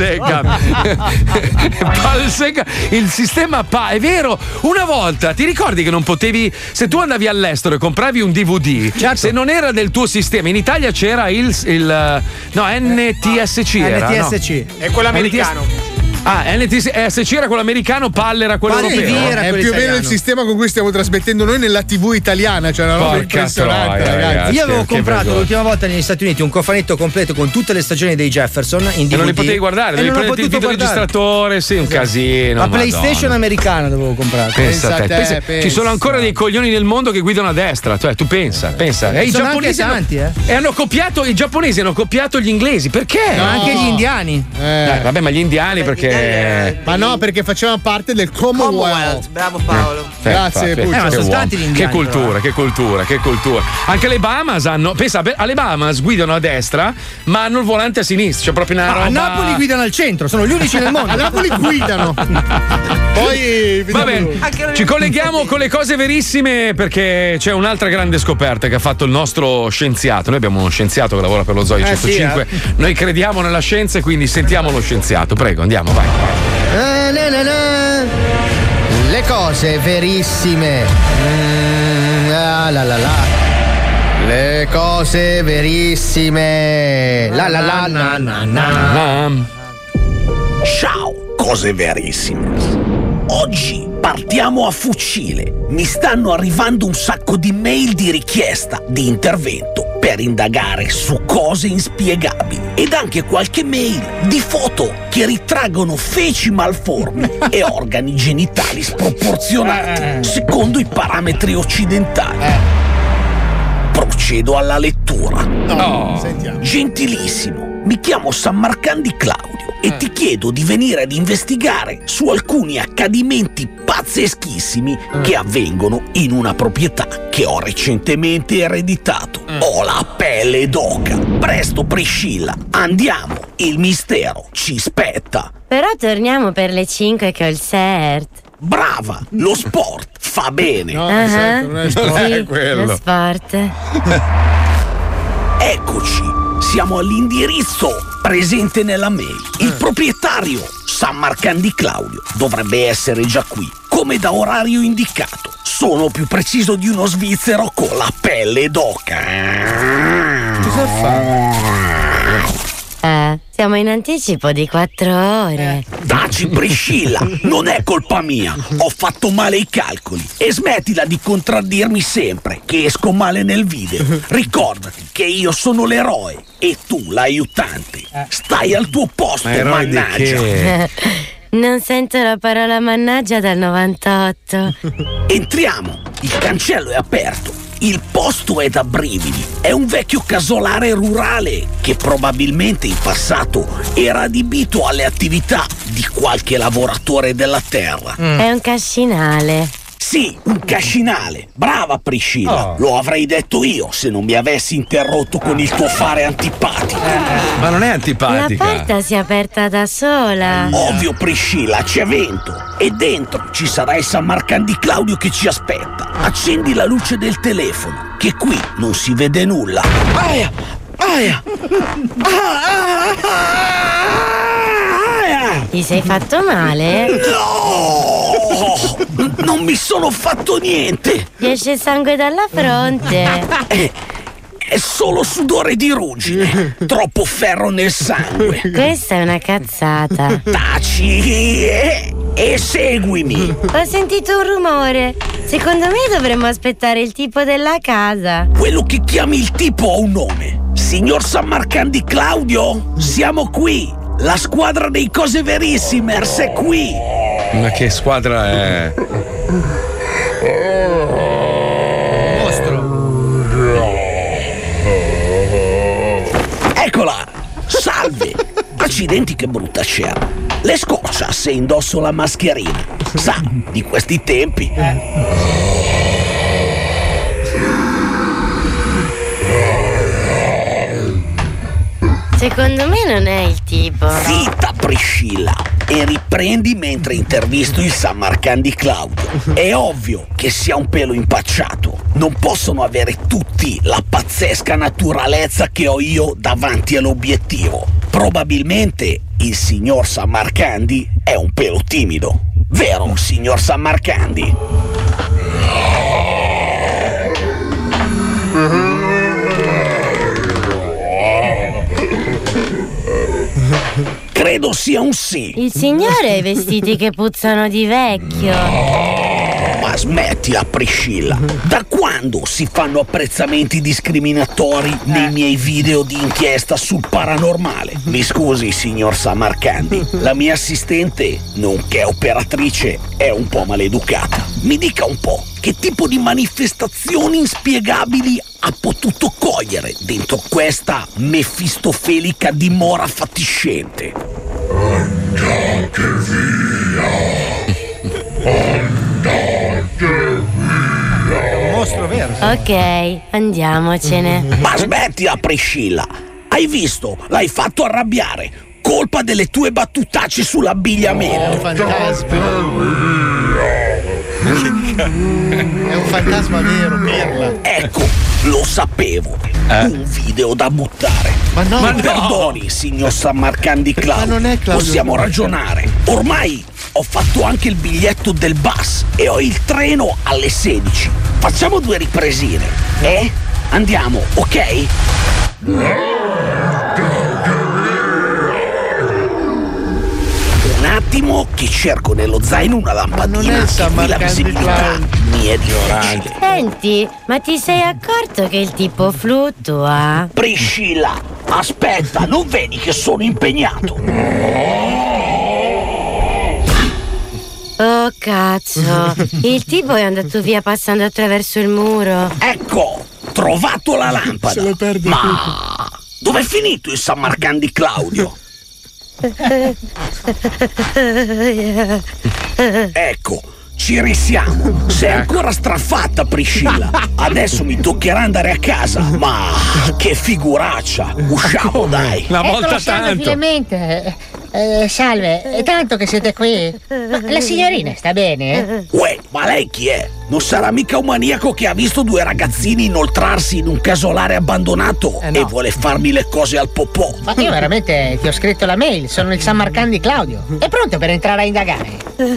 PAL-SECAM. Il sistema PAL. È vero, una volta ti ricordi che non potevi, se tu andavi all'estero e compravi un DVD, se non era del tuo sistema, in Italia c'era NTSC era, NTSC no? è quello americano. NTSC era quello americano, PAL era quello europeo. È più o meno il sistema con cui stiamo trasmettendo noi nella TV italiana, cioè una roba impressionante, ragazzi. Io avevo comprato l'ultima volta negli Stati Uniti un cofanetto completo con tutte le stagioni dei Jefferson in DVD. E non li potevi guardare, devi prendere il videoregistratore, sì, un casino. La PlayStation americana dovevo comprare. Pensa a te. Ci sono ancora dei coglioni nel mondo che guidano a destra, cioè tu pensa. E i giapponesi tanti, e hanno copiato, i giapponesi hanno copiato gli inglesi, perché? No, anche gli indiani. Vabbè, ma gli indiani perché. Ma no, perché facevano parte del Commonwealth. Bravo Paolo. Grazie. Ma sono tanti gli indiani. Che cultura. Anche le Bahamas hanno. Pensa, alle Bahamas guidano a destra, ma hanno il volante a sinistra. Cioè proprio una roba. A Napoli guidano al centro, sono gli unici nel mondo. A Napoli guidano. Poi va bene, ci colleghiamo con le cose verissime perché c'è un'altra grande scoperta che ha fatto il nostro scienziato. Noi abbiamo uno scienziato che lavora per lo Zoo 105. Noi crediamo nella scienza e quindi sentiamo lo scienziato. Prego, andiamo, vai. Le cose verissime. Le cose verissime. Ciao, cose verissime. Oggi partiamo a fucile. Mi stanno arrivando un sacco di mail di richiesta di intervento per indagare su cose inspiegabili ed anche qualche mail di foto che ritraggono feci malformi e organi genitali sproporzionati secondo i parametri occidentali. Procedo alla lettura. Gentilissimo, mi chiamo Sammarcandi Claudio e ti chiedo di venire ad investigare su alcuni accadimenti pazzeschissimi che avvengono in una proprietà che ho recentemente ereditato. Ho la pelle d'oca. Presto, Priscilla, andiamo, il mistero ci spetta. Però torniamo per le 5 col CERT. Brava, lo sport fa bene. No, esatto, non è sport. Sì, quello. lo sport. Eccoci, siamo all'indirizzo presente nella mail. Il proprietario, Sammarcandi Claudio, dovrebbe essere già qui, come da orario indicato. Sono più preciso di uno svizzero con la pelle d'oca. Cosa fa? Siamo in anticipo di 4 ore. Daci, Priscilla, non è colpa mia. Ho fatto male i calcoli. E smettila di contraddirmi sempre che esco male nel video. Ricordati che io sono l'eroe e tu l'aiutante. Stai al tuo posto, mannaggia. Non sento la parola mannaggia dal 98. Entriamo. Il cancello è aperto. Il posto è da brividi. È un vecchio casolare rurale che probabilmente in passato era adibito alle attività di qualche lavoratore della terra. È un cascinale. Sì, un cascinale. Brava, Priscilla. Lo avrei detto io se non mi avessi interrotto con il tuo fare antipatico. Ma non è antipatica. La porta si è aperta da sola. Ovvio, Priscilla, c'è vento. E dentro ci sarà il Sammarcandi Claudio che ci aspetta. Accendi la luce del telefono, che qui non si vede nulla. Aia! Ti sei fatto male? No! Non mi sono fatto niente! Ti esce sangue dalla fronte. È solo sudore di ruggine. Troppo ferro nel sangue. Questa è una cazzata. Taci e seguimi. Ho sentito un rumore. Secondo me dovremmo aspettare il tipo della casa. Quello che chiami il tipo ha un nome. Signor Sammarcandi Claudio, siamo qui. La squadra dei cose verissimers è qui. Ma che squadra è? Eccola! Salve! Accidenti, che brutta scena. Le scoccia se indosso la mascherina. Sa, di questi tempi. Secondo me non è il tipo. Zitta, Priscilla, e riprendi mentre intervisto il Sammarcandi Claudio. È ovvio che sia un pelo impacciato. Non possono avere tutti la pazzesca naturalezza che ho io davanti all'obiettivo. Probabilmente il signor Sammarcandi è un pelo timido. Vero, signor Sammarcandi? Credo sia un sì. Il signore ha i vestiti che puzzano di vecchio. Ma smettila, Priscilla. Da quando si fanno apprezzamenti discriminatori nei miei video di inchiesta sul paranormale? Mi scusi, signor Samarcandi, la mia assistente, nonché operatrice, è un po' maleducata. Mi dica un po', che tipo di manifestazioni inspiegabili ha potuto cogliere dentro questa mefistofelica dimora fatiscente? Andate via! Andate via! È un mostro vero. Ok, andiamocene. Ma smettila, Priscilla! Hai visto? L'hai fatto arrabbiare! Colpa delle tue battutacce sull'abbigliamento! È un fantasma vero, Pirla. Ecco, lo sapevo. Un video da buttare. Ma no, mi perdoni, signor Samarcandi Claudio. Ma non è Claudio. Possiamo ragionare. Ormai ho fatto anche il biglietto del bus e ho il treno alle 16. Facciamo 2 ripresine. Andiamo, ok? Un attimo che cerco nello zaino una lampadina che qui la visibilità mi è difficile. Senti, ma ti sei accorto che il tipo fluttua? Priscilla, aspetta, non vedi che sono impegnato? Oh cazzo, il tipo è andato via passando attraverso il muro. Ecco, trovato la lampada. Se lo perde Ma dov'è finito il Samarcandi Claudio? Ecco, ci risiamo. Sei ancora strafatta, Priscilla. Adesso mi toccherà andare a casa. Ma che figuraccia. Usciamo, dai. Una volta tanto. Finalmente. Salve, è tanto che siete qui. Ma la signorina sta bene? Uè, ma lei chi è? Non sarà mica un maniaco che ha visto 2 ragazzini inoltrarsi in un casolare abbandonato e vuole farmi le cose al popò? Ma io veramente ti ho scritto la mail, sono il Samarcandi Claudio. È pronto per entrare a indagare?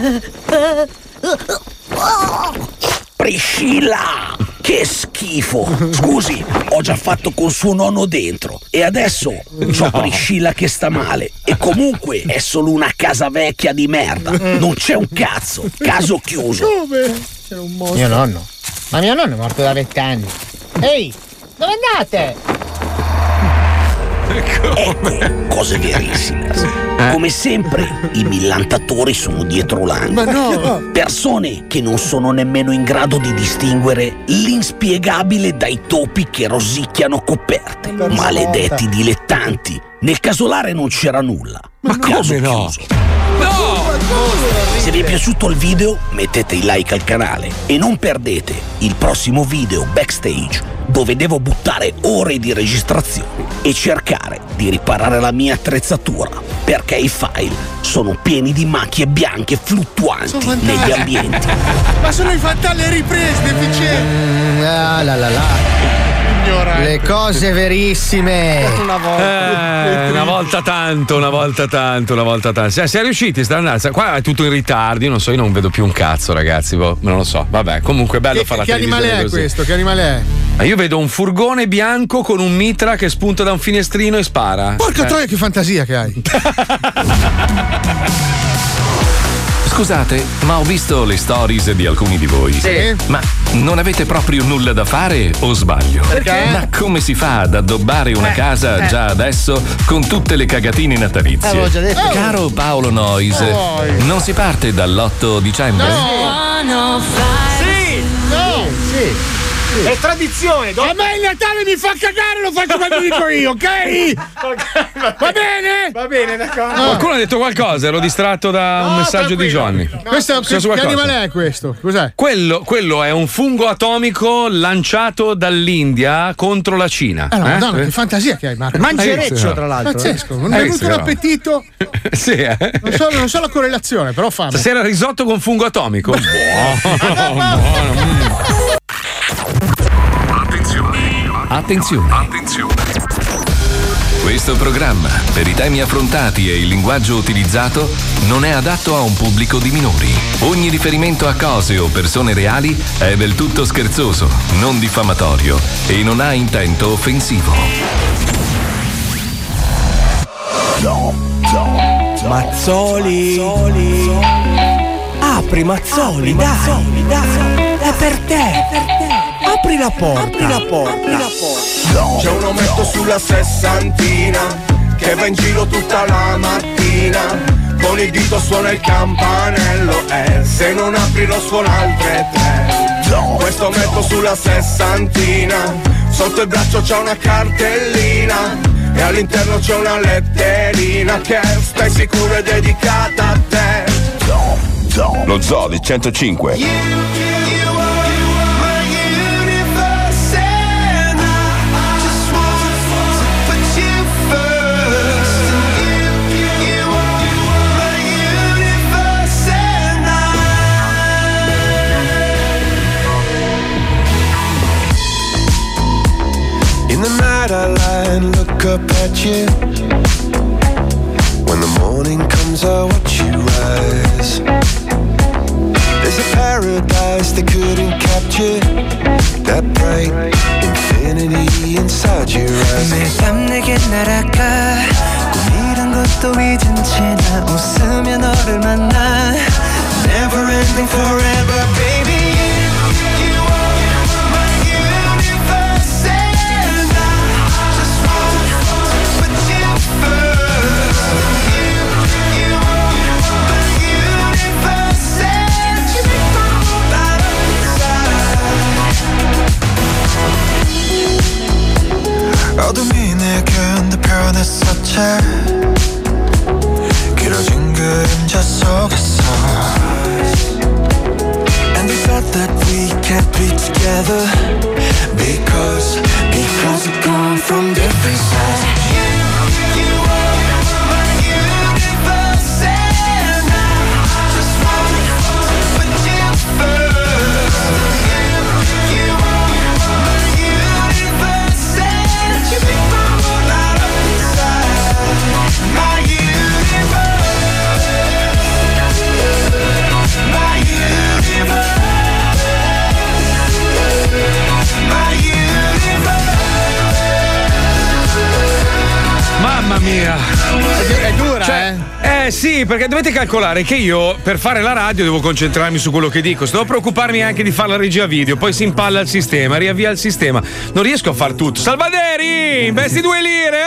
Priscilla! Che schifo! Scusi, ho già fatto con suo nonno dentro e adesso c'ho Priscilla che sta male e comunque è solo una casa vecchia di merda. Non c'è un cazzo, caso chiuso. C'era un mostro. Mio nonno? Ma mio nonno è morto da 20 anni. Ehi, dove andate? Ecco, cose verissime. Come sempre, i millantatori sono dietro l'angolo. Ma no! Persone che non sono nemmeno in grado di distinguere l'inspiegabile dai topi che rosicchiano coperte. Maledetti dilettanti. Nel casolare non c'era nulla. Ma come no? No! Se vi è piaciuto il video, mettete il like al canale e non perdete il prossimo video backstage dove devo buttare ore di registrazione e cercare di riparare la mia attrezzatura perché i file sono pieni di macchie bianche fluttuanti negli ambienti. Ma sono i fantasmi, le riprese deficienti. Le cose verissime. Una volta tanto. Siamo riusciti a andare. Qua è tutto in ritardo. Io non so, io non vedo più un cazzo, ragazzi. Non lo so. Vabbè, comunque è bello fare la televisione. Che animale è questo? Che animale è? Ma io vedo un furgone bianco con un mitra che spunta da un finestrino e spara. Porca troia, che fantasia che hai. Scusate, ma ho visto le stories di alcuni di voi. Sì. Ma non avete proprio nulla da fare o sbaglio? Perché? Ma come si fa ad addobbare una casa già adesso con tutte le cagatine natalizie? Avevo già detto. Caro Paolo Noyes, non si parte dall'8 dicembre? No. Sì. È tradizione. A me il Natale mi fa cagare, lo faccio quando dico io, ok? Va bene? Va bene, d'accordo. Qualcuno ha detto qualcosa, ero distratto da un messaggio di Johnny. Questo che animale è questo? Cos'è? Quello è un fungo atomico lanciato dall'India contro la Cina. Madonna, che fantasia che hai, Marco. Mangereccio, tra l'altro. Pazzesco, non hai avuto l'appetito? Sì, Non so la correlazione, però fame. Stasera risotto con fungo atomico. Buono. Attenzione. Questo programma, per i temi affrontati e il linguaggio utilizzato, non è adatto a un pubblico di minori. Ogni riferimento a cose o persone reali è del tutto scherzoso, non diffamatorio e non ha intento offensivo. Mazzoli. Apri Mazzoli, dai. È per te. Apri la porta. C'è un ometto sulla sessantina che va in giro tutta la mattina, con il dito suona il campanello e se non apri lo suona altre 3. Questo ometto sulla sessantina, sotto il braccio c'è una cartellina e all'interno c'è una letterina che stai sicuro è dedicata a te. Lo Zoo di 105. In the night I lie and look up at you. When the morning comes I watch you rise. There's a paradise they couldn't capture, that bright infinity inside your eyes. 매일 밤 내게 날아가 꿈이란 것도 잊은 채 나 웃으며 너를 만나. Never ending forever baby. 어둠이 내겐 변했었지. 길어진 그림자 속에서 And we felt that we can't be together Because we've gone from different sides. Mamma mia, è dura, sì, perché dovete calcolare che io per fare la radio devo concentrarmi su quello che dico, devo preoccuparmi anche di fare la regia video, poi si impalla il sistema, riavvia il sistema, non riesco a far tutto. Salvaderi, investi 2 lire,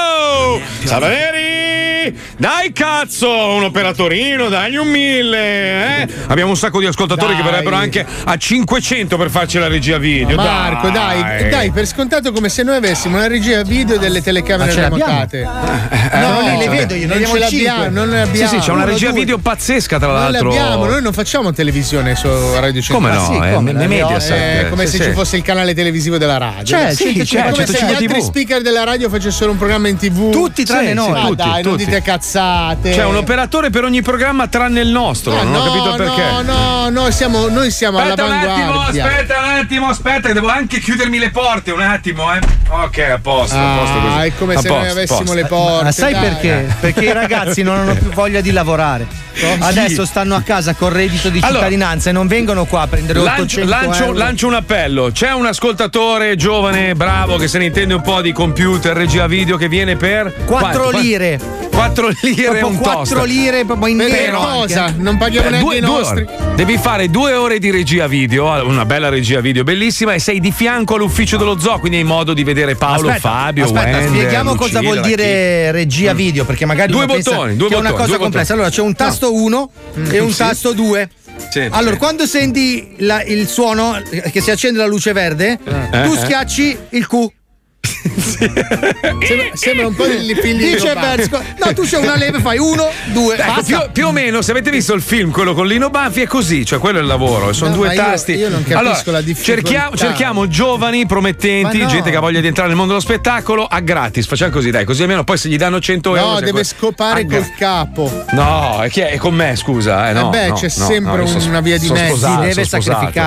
oh! Salvaderi, dai cazzo, un operatorino, dagli un 1000, eh? Abbiamo un sacco di ascoltatori che verrebbero anche a 500 per farci la regia video. Marco, dai, per scontato come se noi avessimo una regia video e delle telecamere remotate. No, le vedo io, non ce l'abbiamo, non ne abbiamo. Sì, c'è una regia video pazzesca, tra l'altro. Non le abbiamo, noi non facciamo televisione su Radio 105. Come no? È Mediaset. Come se ci fosse il canale televisivo della radio. C'è, come se gli altri speaker della radio facessero un programma in TV. Tutti tranne noi. Dai, non dite cazzate. C'è un operatore per ogni programma tranne il nostro. Non ho capito perché. No, noi siamo all'avanguardia. Aspetta, devo anche chiudermi le porte un attimo, Ok, a posto così. È come se noi avessimo le porte. Ma sai perché? Perché i ragazzi non hanno più voglia di lavorare. Adesso stanno a casa con reddito di cittadinanza e non vengono qua a prendere 800 euro. Lancio un appello. C'è un ascoltatore giovane, bravo, che se ne intende un po' di computer, regia video, che viene per 4 lire. 4 lire un 4 lire proprio in nero. Cosa? Non paghiamo neanche i nostri. Devi fare 2 ore di regia video, una bella regia video bellissima, e sei di fianco all'ufficio dello zoo, quindi hai modo di vedere Paolo, Fabio, Wender, spieghiamo cosa vuol dire regia video, perché magari due bottoni, è una cosa complessa. Allora c'è un tasto 1 e un tasto 2. Allora, quando senti il suono che si accende la luce verde, tu schiacci il Q. Sembra un po' degli figli di no, tu c'è una leve, fai 1, 2, più o meno, se avete visto il film, quello con Lino Banfi, è così, cioè quello è il lavoro, sono 2 tasti. Io non capisco la difficoltà. Cerchiamo giovani, promettenti, gente che ha voglia di entrare nel mondo dello spettacolo a gratis. Facciamo così, dai, così almeno poi se gli danno 100 euro. No, deve scopare col capo. No, è con me, scusa. C'è sempre una via di mezzo. Si deve sacrificare.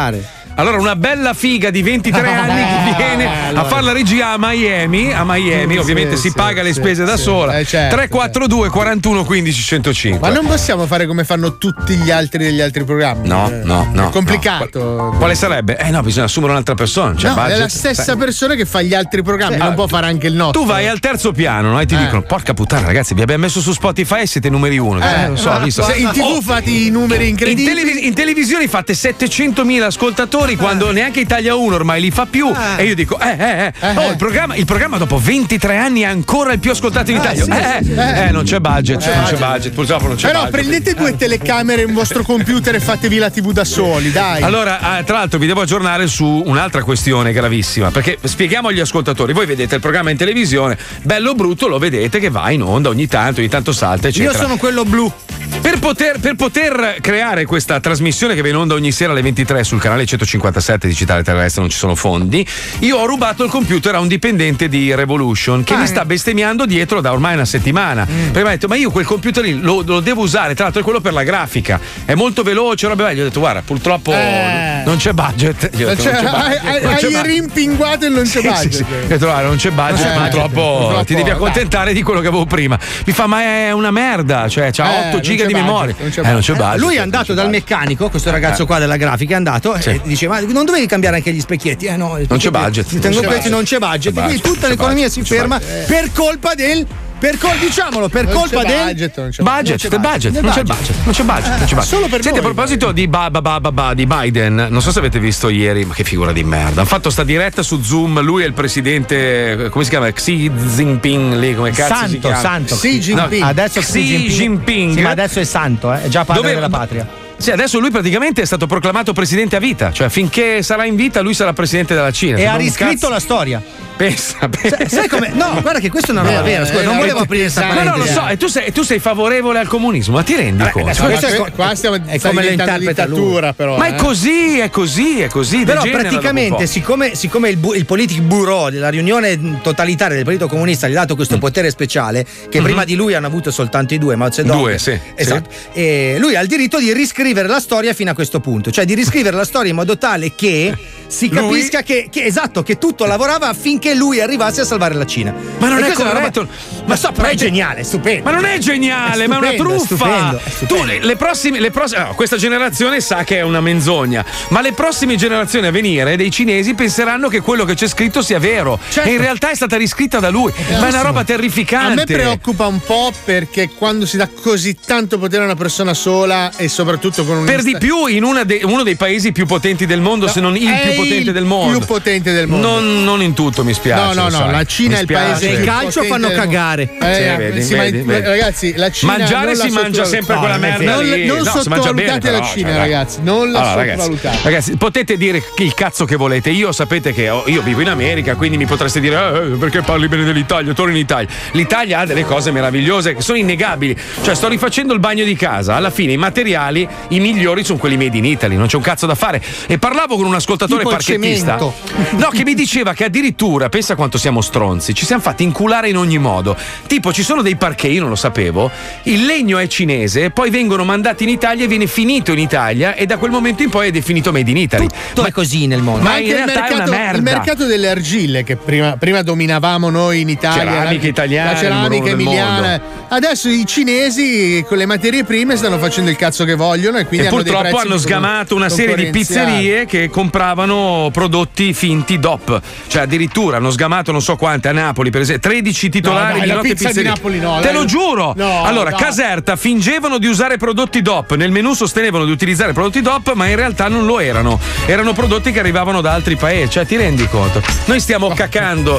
Allora una bella figa di 23 anni che viene a fare la regia a Miami, ovviamente si paga le spese da sola. 342 41 15 105. Ma non possiamo fare come fanno tutti gli altri degli altri programmi? No. È complicato. Quale sarebbe? No, bisogna assumere un'altra persona. Cioè è la stessa persona che fa gli altri programmi, non può fare anche il nostro. Tu vai al terzo piano, no? E ti dicono: porca puttana, ragazzi, vi abbiamo messo su Spotify e siete numeri uno. Non so, visto. In TV fate i numeri incredibili. In televisione fate 700.000 ascoltatori quando neanche Italia 1 ormai li fa più. E io dico: il programma dopo 23 anni è ancora il più ascoltato in Italia. Non c'è budget, purtroppo non c'è budget. Però prendete 2 telecamere in vostro computer e fatevi la TV da soli, dai. Allora, tra l'altro vi devo aggiornare su un'altra questione gravissima, perché spieghiamo agli ascoltatori: voi vedete il programma in televisione, bello o brutto, lo vedete che va in onda ogni tanto salta, eccetera. Io sono quello blu. Per poter creare questa trasmissione che va in onda ogni sera alle 23 sul canale 157 digitale terrestre, non ci sono fondi, io ho rubato il computer a un dipendente di Revolution che mi sta bestemmiando dietro da ormai una settimana. Perché mi ha detto: ma io quel computer lì lo devo usare, tra l'altro è quello per la grafica, è molto veloce, roba bella. Gli ho detto: guarda, purtroppo non c'è budget. Hai rimpinguato e non c'è budget. Sì. Ho detto: guarda, non c'è budget, purtroppo ti devi accontentare di quello che avevo prima. Mi fa: ma è una merda, cioè c'ha 8 giga di memoria. Non c'è budget. Lui è andato dal meccanico, questo ragazzo qua della grafica è andato e dice: ma non dovevi cambiare anche gli specchietti? No, non c'è budget. Non c'è budget. Quindi tutta l'economia si ferma per colpa del. Diciamolo, per colpa del budget. Solo per Senti, a proposito di Biden, non so se avete visto ieri, ma che figura di merda. Hanno fatto sta diretta su Zoom, lui è il presidente, come si chiama? Xi Jinping lì, come cazzo si chiama? Santo. Xi Jinping. No, adesso Xi Jinping. Sì, ma adesso è santo, è già padre della patria. Sì, adesso lui praticamente è stato proclamato presidente a vita, cioè finché sarà in vita lui sarà presidente della Cina. E ha riscritto la storia. Pensa. Sai come? No, guarda che questa è una roba vera. Scusa, non volevo aprire questa parentesi. No, lo so, e tu sei favorevole al comunismo, ma ti rendi conto? Qua è come l'interpreta dittatura, però. Ma è così. Però praticamente, siccome il Politic Bureau della riunione totalitaria del Partito Comunista gli ha dato questo potere speciale, che prima di lui hanno avuto soltanto i due, Mao Zedong. Esatto. E lui ha il diritto di riscrivere la storia fino a questo punto, cioè di riscrivere la storia in modo tale che si capisca che tutto lavorava affinché lui arrivasse a salvare la Cina. Ma non è corretto. Ma però è geniale, è stupendo. Ma non è geniale, ma è una truffa. Tu le prossime questa generazione sa che è una menzogna, ma le prossime generazioni a venire dei cinesi penseranno che quello che c'è scritto sia vero. E in realtà è stata riscritta da lui. Ma è una roba terrificante. A me preoccupa un po' perché quando si dà così tanto potere a una persona sola e soprattutto con un per di più in uno dei paesi più potenti del mondo, se non il più potente del mondo. Più potente del mondo. Non in tutto, mi spiace. No, la Cina è il paese il calcio fanno cagare. Vedi. Ragazzi, la Cina mangiare si mangia sempre quella merda lì. Non sottovalutate la Cina, ragazzi. Non la sottovalutate. Ragazzi, potete dire il cazzo che volete. Io sapete che io vivo in America, quindi mi potreste dire perché parli bene dell'Italia, torni in Italia. L'Italia ha delle cose meravigliose che sono innegabili. Cioè, sto rifacendo il bagno di casa. Alla fine i materiali, i migliori sono quelli made in Italy, non c'è un cazzo da fare. E parlavo con un ascoltatore parchettista. Che mi diceva che addirittura, pensa quanto siamo stronzi, ci siamo fatti inculare in ogni modo. Tipo, ci sono dei parquet, io non lo sapevo, il legno è cinese, poi vengono mandati in Italia e viene finito in Italia e da quel momento in poi è definito made in Italy. Tutto è così nel mondo. Ma in realtà è una merda. Il mercato delle argille che prima dominavamo noi in Italia, ceramica italiana, la ceramica emiliana. Adesso i cinesi con le materie prime stanno facendo il cazzo che vogliono e quindi purtroppo hanno sgamato una serie di pizzerie che compravano prodotti finti DOP, cioè addirittura hanno sgamato non so quante a Napoli, per esempio 13 titolari di notte pizzerie. Di Napoli te lo giuro. Allora, Caserta fingevano di usare prodotti DOP, nel menù sostenevano di utilizzare prodotti DOP, ma in realtà non lo erano prodotti che arrivavano da altri paesi, cioè ti rendi conto? Noi stiamo cacando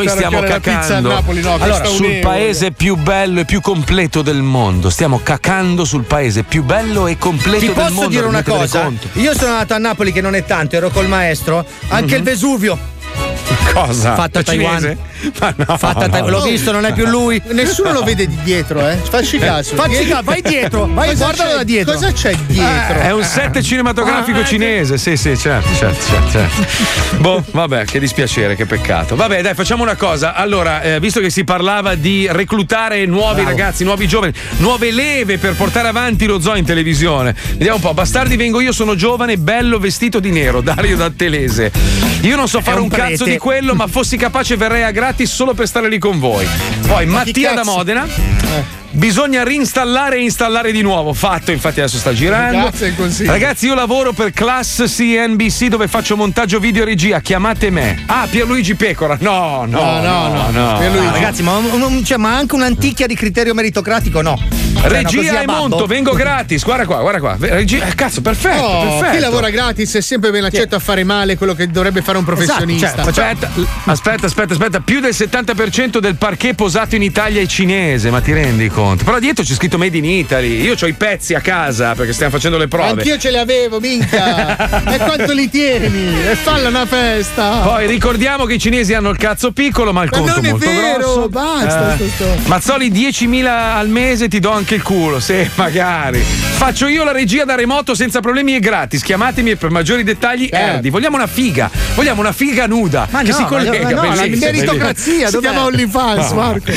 allora sul paese più bello e più completo del mondo, stiamo cacando sul paese più bello e completo del mondo. Ti posso dire una cosa? Io sono andato a Napoli che non è tanto, ero col maestro, anche il Vesuvio cosa? Fatto a Taiwan. Ma no. L'ho visto, non è più lui. Nessuno lo vede di dietro, Facci caso. Vai dietro, guardalo da dietro. Cosa c'è dietro? È un set cinematografico cinese. Sì, certo. Boh, vabbè, che dispiacere, che peccato. Vabbè, dai, facciamo una cosa. Allora, visto che si parlava di reclutare nuovi ragazzi, nuovi giovani, nuove leve per portare avanti lo zoo in televisione. Vediamo un po'. Bastardi vengo io, sono giovane, bello, vestito di nero. Dario da Telese. Io non so fare un cazzo di quello, ma fossi capace verrei a gratis solo per stare lì con voi. Poi Mattia da Modena. Bisogna reinstallare e installare di nuovo. Fatto, infatti adesso sta girando. Ragazzi, io lavoro per Class CNBC dove faccio montaggio video e regia. Chiamate me. Pierluigi Pecora. No. Ragazzi, ma anche un'anticchia di criterio meritocratico no. Regia e monto, vengo gratis. Guarda qua. Regia, cazzo, perfetto. Chi lavora gratis è sempre ben accetto a fare male quello che dovrebbe fare un professionista. Aspetta. Più del 70% del parquet posato in Italia è cinese, ma ti rendi conto? Però dietro c'è scritto Made in Italy. Io ho i pezzi a casa perché stiamo facendo le prove. Anch'io ce li avevo, minchia. E quanto li tieni? E falla una festa. Poi ricordiamo che i cinesi hanno il cazzo piccolo, ma il conto non è molto vero, grosso. Basta. Mazzoli, 10.000 al mese ti do anche il culo. Sì, magari. Faccio io la regia da remoto senza problemi e gratis. Chiamatemi per maggiori dettagli. Erdi, vogliamo una figa nuda che si collega. La meritocrazia. Si chiama OnlyFans, Marco.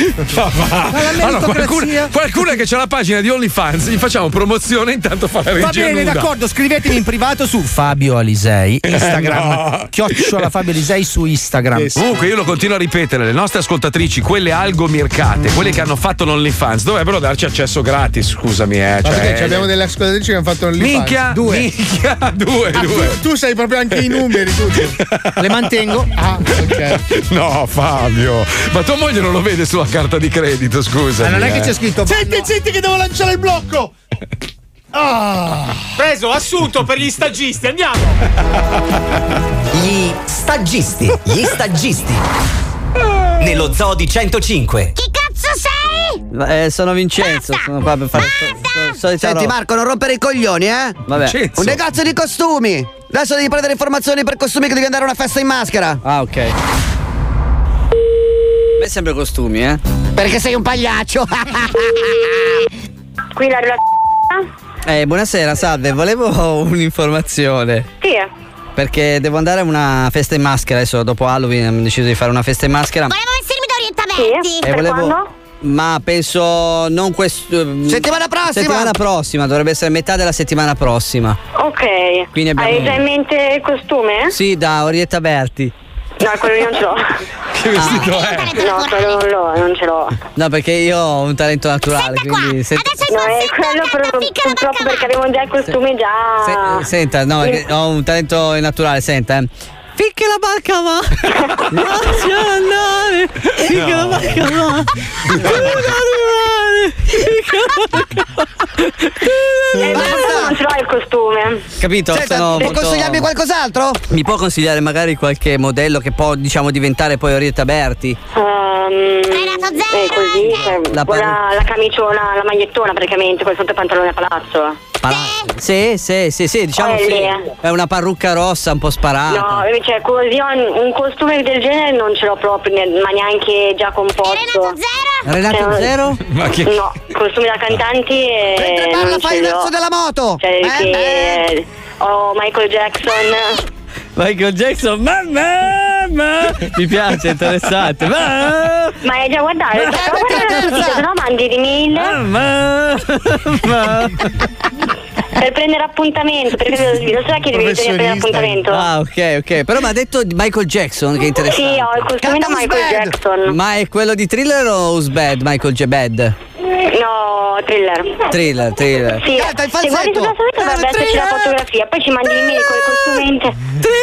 Qualcuno che c'ha la pagina di OnlyFans, gli facciamo promozione, intanto fa la regia. Va bene, nuda. d'accordo, scrivetemi in privato su Fabio Alisei, Instagram. @ Fabio Alisei su Instagram. Comunque io lo continuo a ripetere, le nostre ascoltatrici, quelle algomircate, quelle che hanno fatto l'OnlyFans, dovrebbero darci accesso gratis, scusami. Perché abbiamo delle ascoltatrici che hanno fatto l'OnlyFans. Minchia, due. Tu sai proprio anche i numeri, tutti. Le mantengo. Ok. No, Fabio, ma tua moglie non lo vede sulla carta di credito, scusa. Non è che c'è scritto. Senti che devo lanciare il blocco. Preso, assunto per gli stagisti, andiamo. Gli stagisti. Nello Zoo di 105. Chi cazzo sei? Sono Vincenzo. Basta. Sono qua per fare. Senti Marco, non rompere i coglioni, Vabbè. Un negozio di costumi. Adesso devi prendere informazioni per costumi che devi andare a una festa in maschera. Ok. Me sempre costumi, Perché sei un pagliaccio. Qui la relazione. Buonasera, salve, volevo un'informazione. Sì. Perché devo andare a una festa in maschera, adesso dopo Halloween ho deciso di fare una festa in maschera. Volevo vestirmi da orientamenti. Sì. Per quando? Ma penso non questo. Settimana prossima! Settimana prossima, dovrebbe essere metà della settimana prossima. Ok. Quindi abbiamo... Hai già in mente il costume? Sì, da Orietta Berti. No, quello io non ce l'ho. Che vestito è? No, quello non ce l'ho. No, perché io ho un talento naturale, Senta quindi. No, è quello purtroppo perché avevo già il costume già. Senta, no, perché ho un talento naturale, senta, Ficca la barca va! Lascia andare! Ficca la barca va! Non ce l'ho il costume. Capito? Senta, Sono può molto... consigliarmi qualcos'altro? Mi può consigliare magari qualche modello che può, diciamo, diventare poi Orietta Berti? Così, la camiciona, la magliettona praticamente, con sotto i pantaloni a palazzo. Sì, diciamo sì. È una parrucca rossa un po' sparata. No, cioè così un costume del genere non ce l'ho proprio, ma neanche già composto. Renato Zero? Ma che... No, costume da cantanti Mentre parla fai il verso della moto. Cioè che ho Michael Jackson. Michael Jackson, mamma! Mi piace, interessante. Ma hai già guardato? Se no mandi l'email. Per prendere appuntamento, perché lo so che devi prendere appuntamento. Ah, ok. Però mi ha detto Michael Jackson, che è interessante. Sì, ho il costume da Michael Jackson. Ma è quello di Thriller o Usbad? Michael J. Bad? No, Thriller. Sì, se guardi sulla sua dovrebbe esserci la fotografia, poi ci mandi l'email con il costume.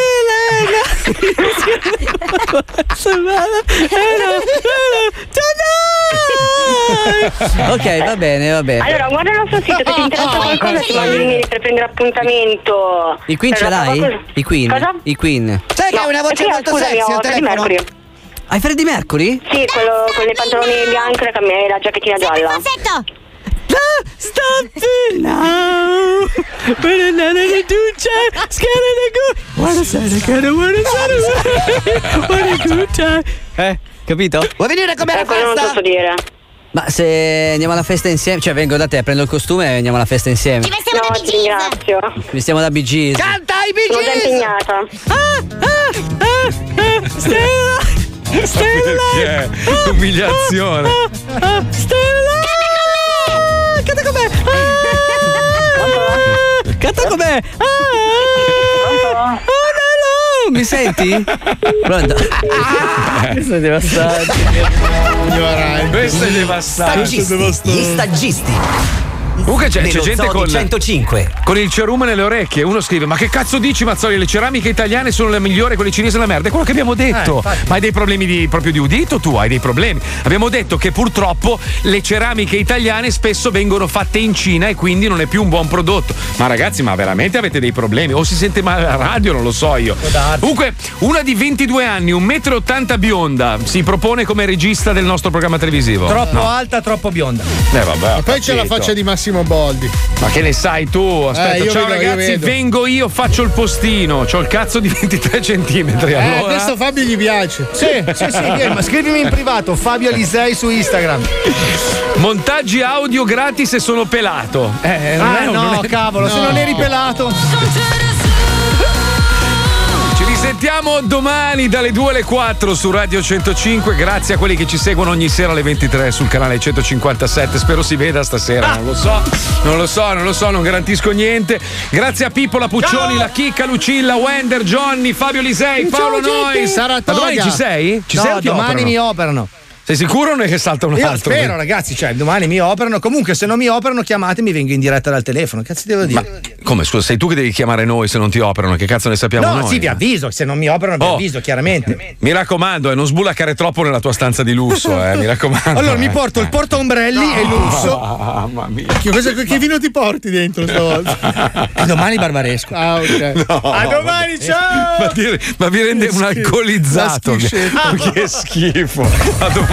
Ok, va bene. Allora, guarda il nostro sito, se ti interessa qualcosa ti mandi l'email per prendere appuntamento. I Queen ce l'hai? I Queen? Cosa? I Queen. Sai che hai una voce molto sexy al telefono? Hai Freddie Mercury? Sì, quello con i pantaloni bianchi e la giacchettina gialla. Stop it now. What a good time. capito? Vuoi venire come alla non festa? posso dire. Ma se andiamo alla festa insieme, cioè vengo da te, prendo il costume e andiamo alla festa insieme. No, ti ringrazio. Mi stiamo da Bee Gees. Canta i Bee Sono già Gees! impegnata. Stella! Perché? Umiliazione. Stella! Canta con me! Canta con me! Mi senti? Pronto? Questo è devastante. Questo è devastante. Gli staggisti. Comunque c'è gente con 105 con il cerume nelle orecchie. Uno scrive: ma che cazzo dici, Mazzoli? Le ceramiche italiane sono le migliori, quelle cinesi la merda. È quello che abbiamo detto. Ma hai dei problemi proprio di udito? Tu hai dei problemi. Abbiamo detto che purtroppo le ceramiche italiane spesso vengono fatte in Cina e quindi non è più un buon prodotto. Ma ragazzi, ma veramente avete dei problemi? O si sente male la radio, non lo so io. Comunque, una di 22 anni, 1,80 m bionda, si propone come regista del nostro programma televisivo. Troppo alta, troppo bionda. Vabbè. E poi c'è la faccia di Massimo Boldi. Ma che ne sai tu? Aspetta, ciao vedo, ragazzi, vengo io, faccio il postino. C'ho il cazzo di 23 centimetri. Allora. Questo Fabio gli piace. Sì, ma scrivimi in privato, Fabio Alisei su Instagram. Montaggi audio gratis e sono pelato. Cavolo, se non eri pelato. Ci risentiamo domani dalle 2 alle 4 su Radio 105. Grazie a quelli che ci seguono ogni sera alle 23 sul canale 157. Spero si veda stasera. Non lo so, non garantisco niente. Grazie a Pippo, la Puccioni, la Chicca, Lucilla, Wender, Johnny, Fabio Lisei, Paolo Nois. Ma domani ci sei? Ci sei o ti domani operano? mi operano. Sei sicuro o non è che salta un Io altro? spero, ragazzi, domani mi operano. Comunque, se non mi operano, chiamatemi, vengo in diretta dal telefono. Cazzo devo dire? Ma come, scusa, sei tu che devi chiamare noi se non ti operano? Che cazzo ne sappiamo noi? No, sì, vi avviso. Se non mi operano, vi avviso, chiaramente. Mi raccomando, non sbulaccare troppo nella tua stanza di lusso, mi raccomando. Allora, mi porto il portaombrelli e il lusso. Mamma mia. Che vino ti porti dentro stavolta? Domani barbaresco. Ok. No. A domani, ciao! Ma mi rende un alcolizzato. Che schifo. A domani.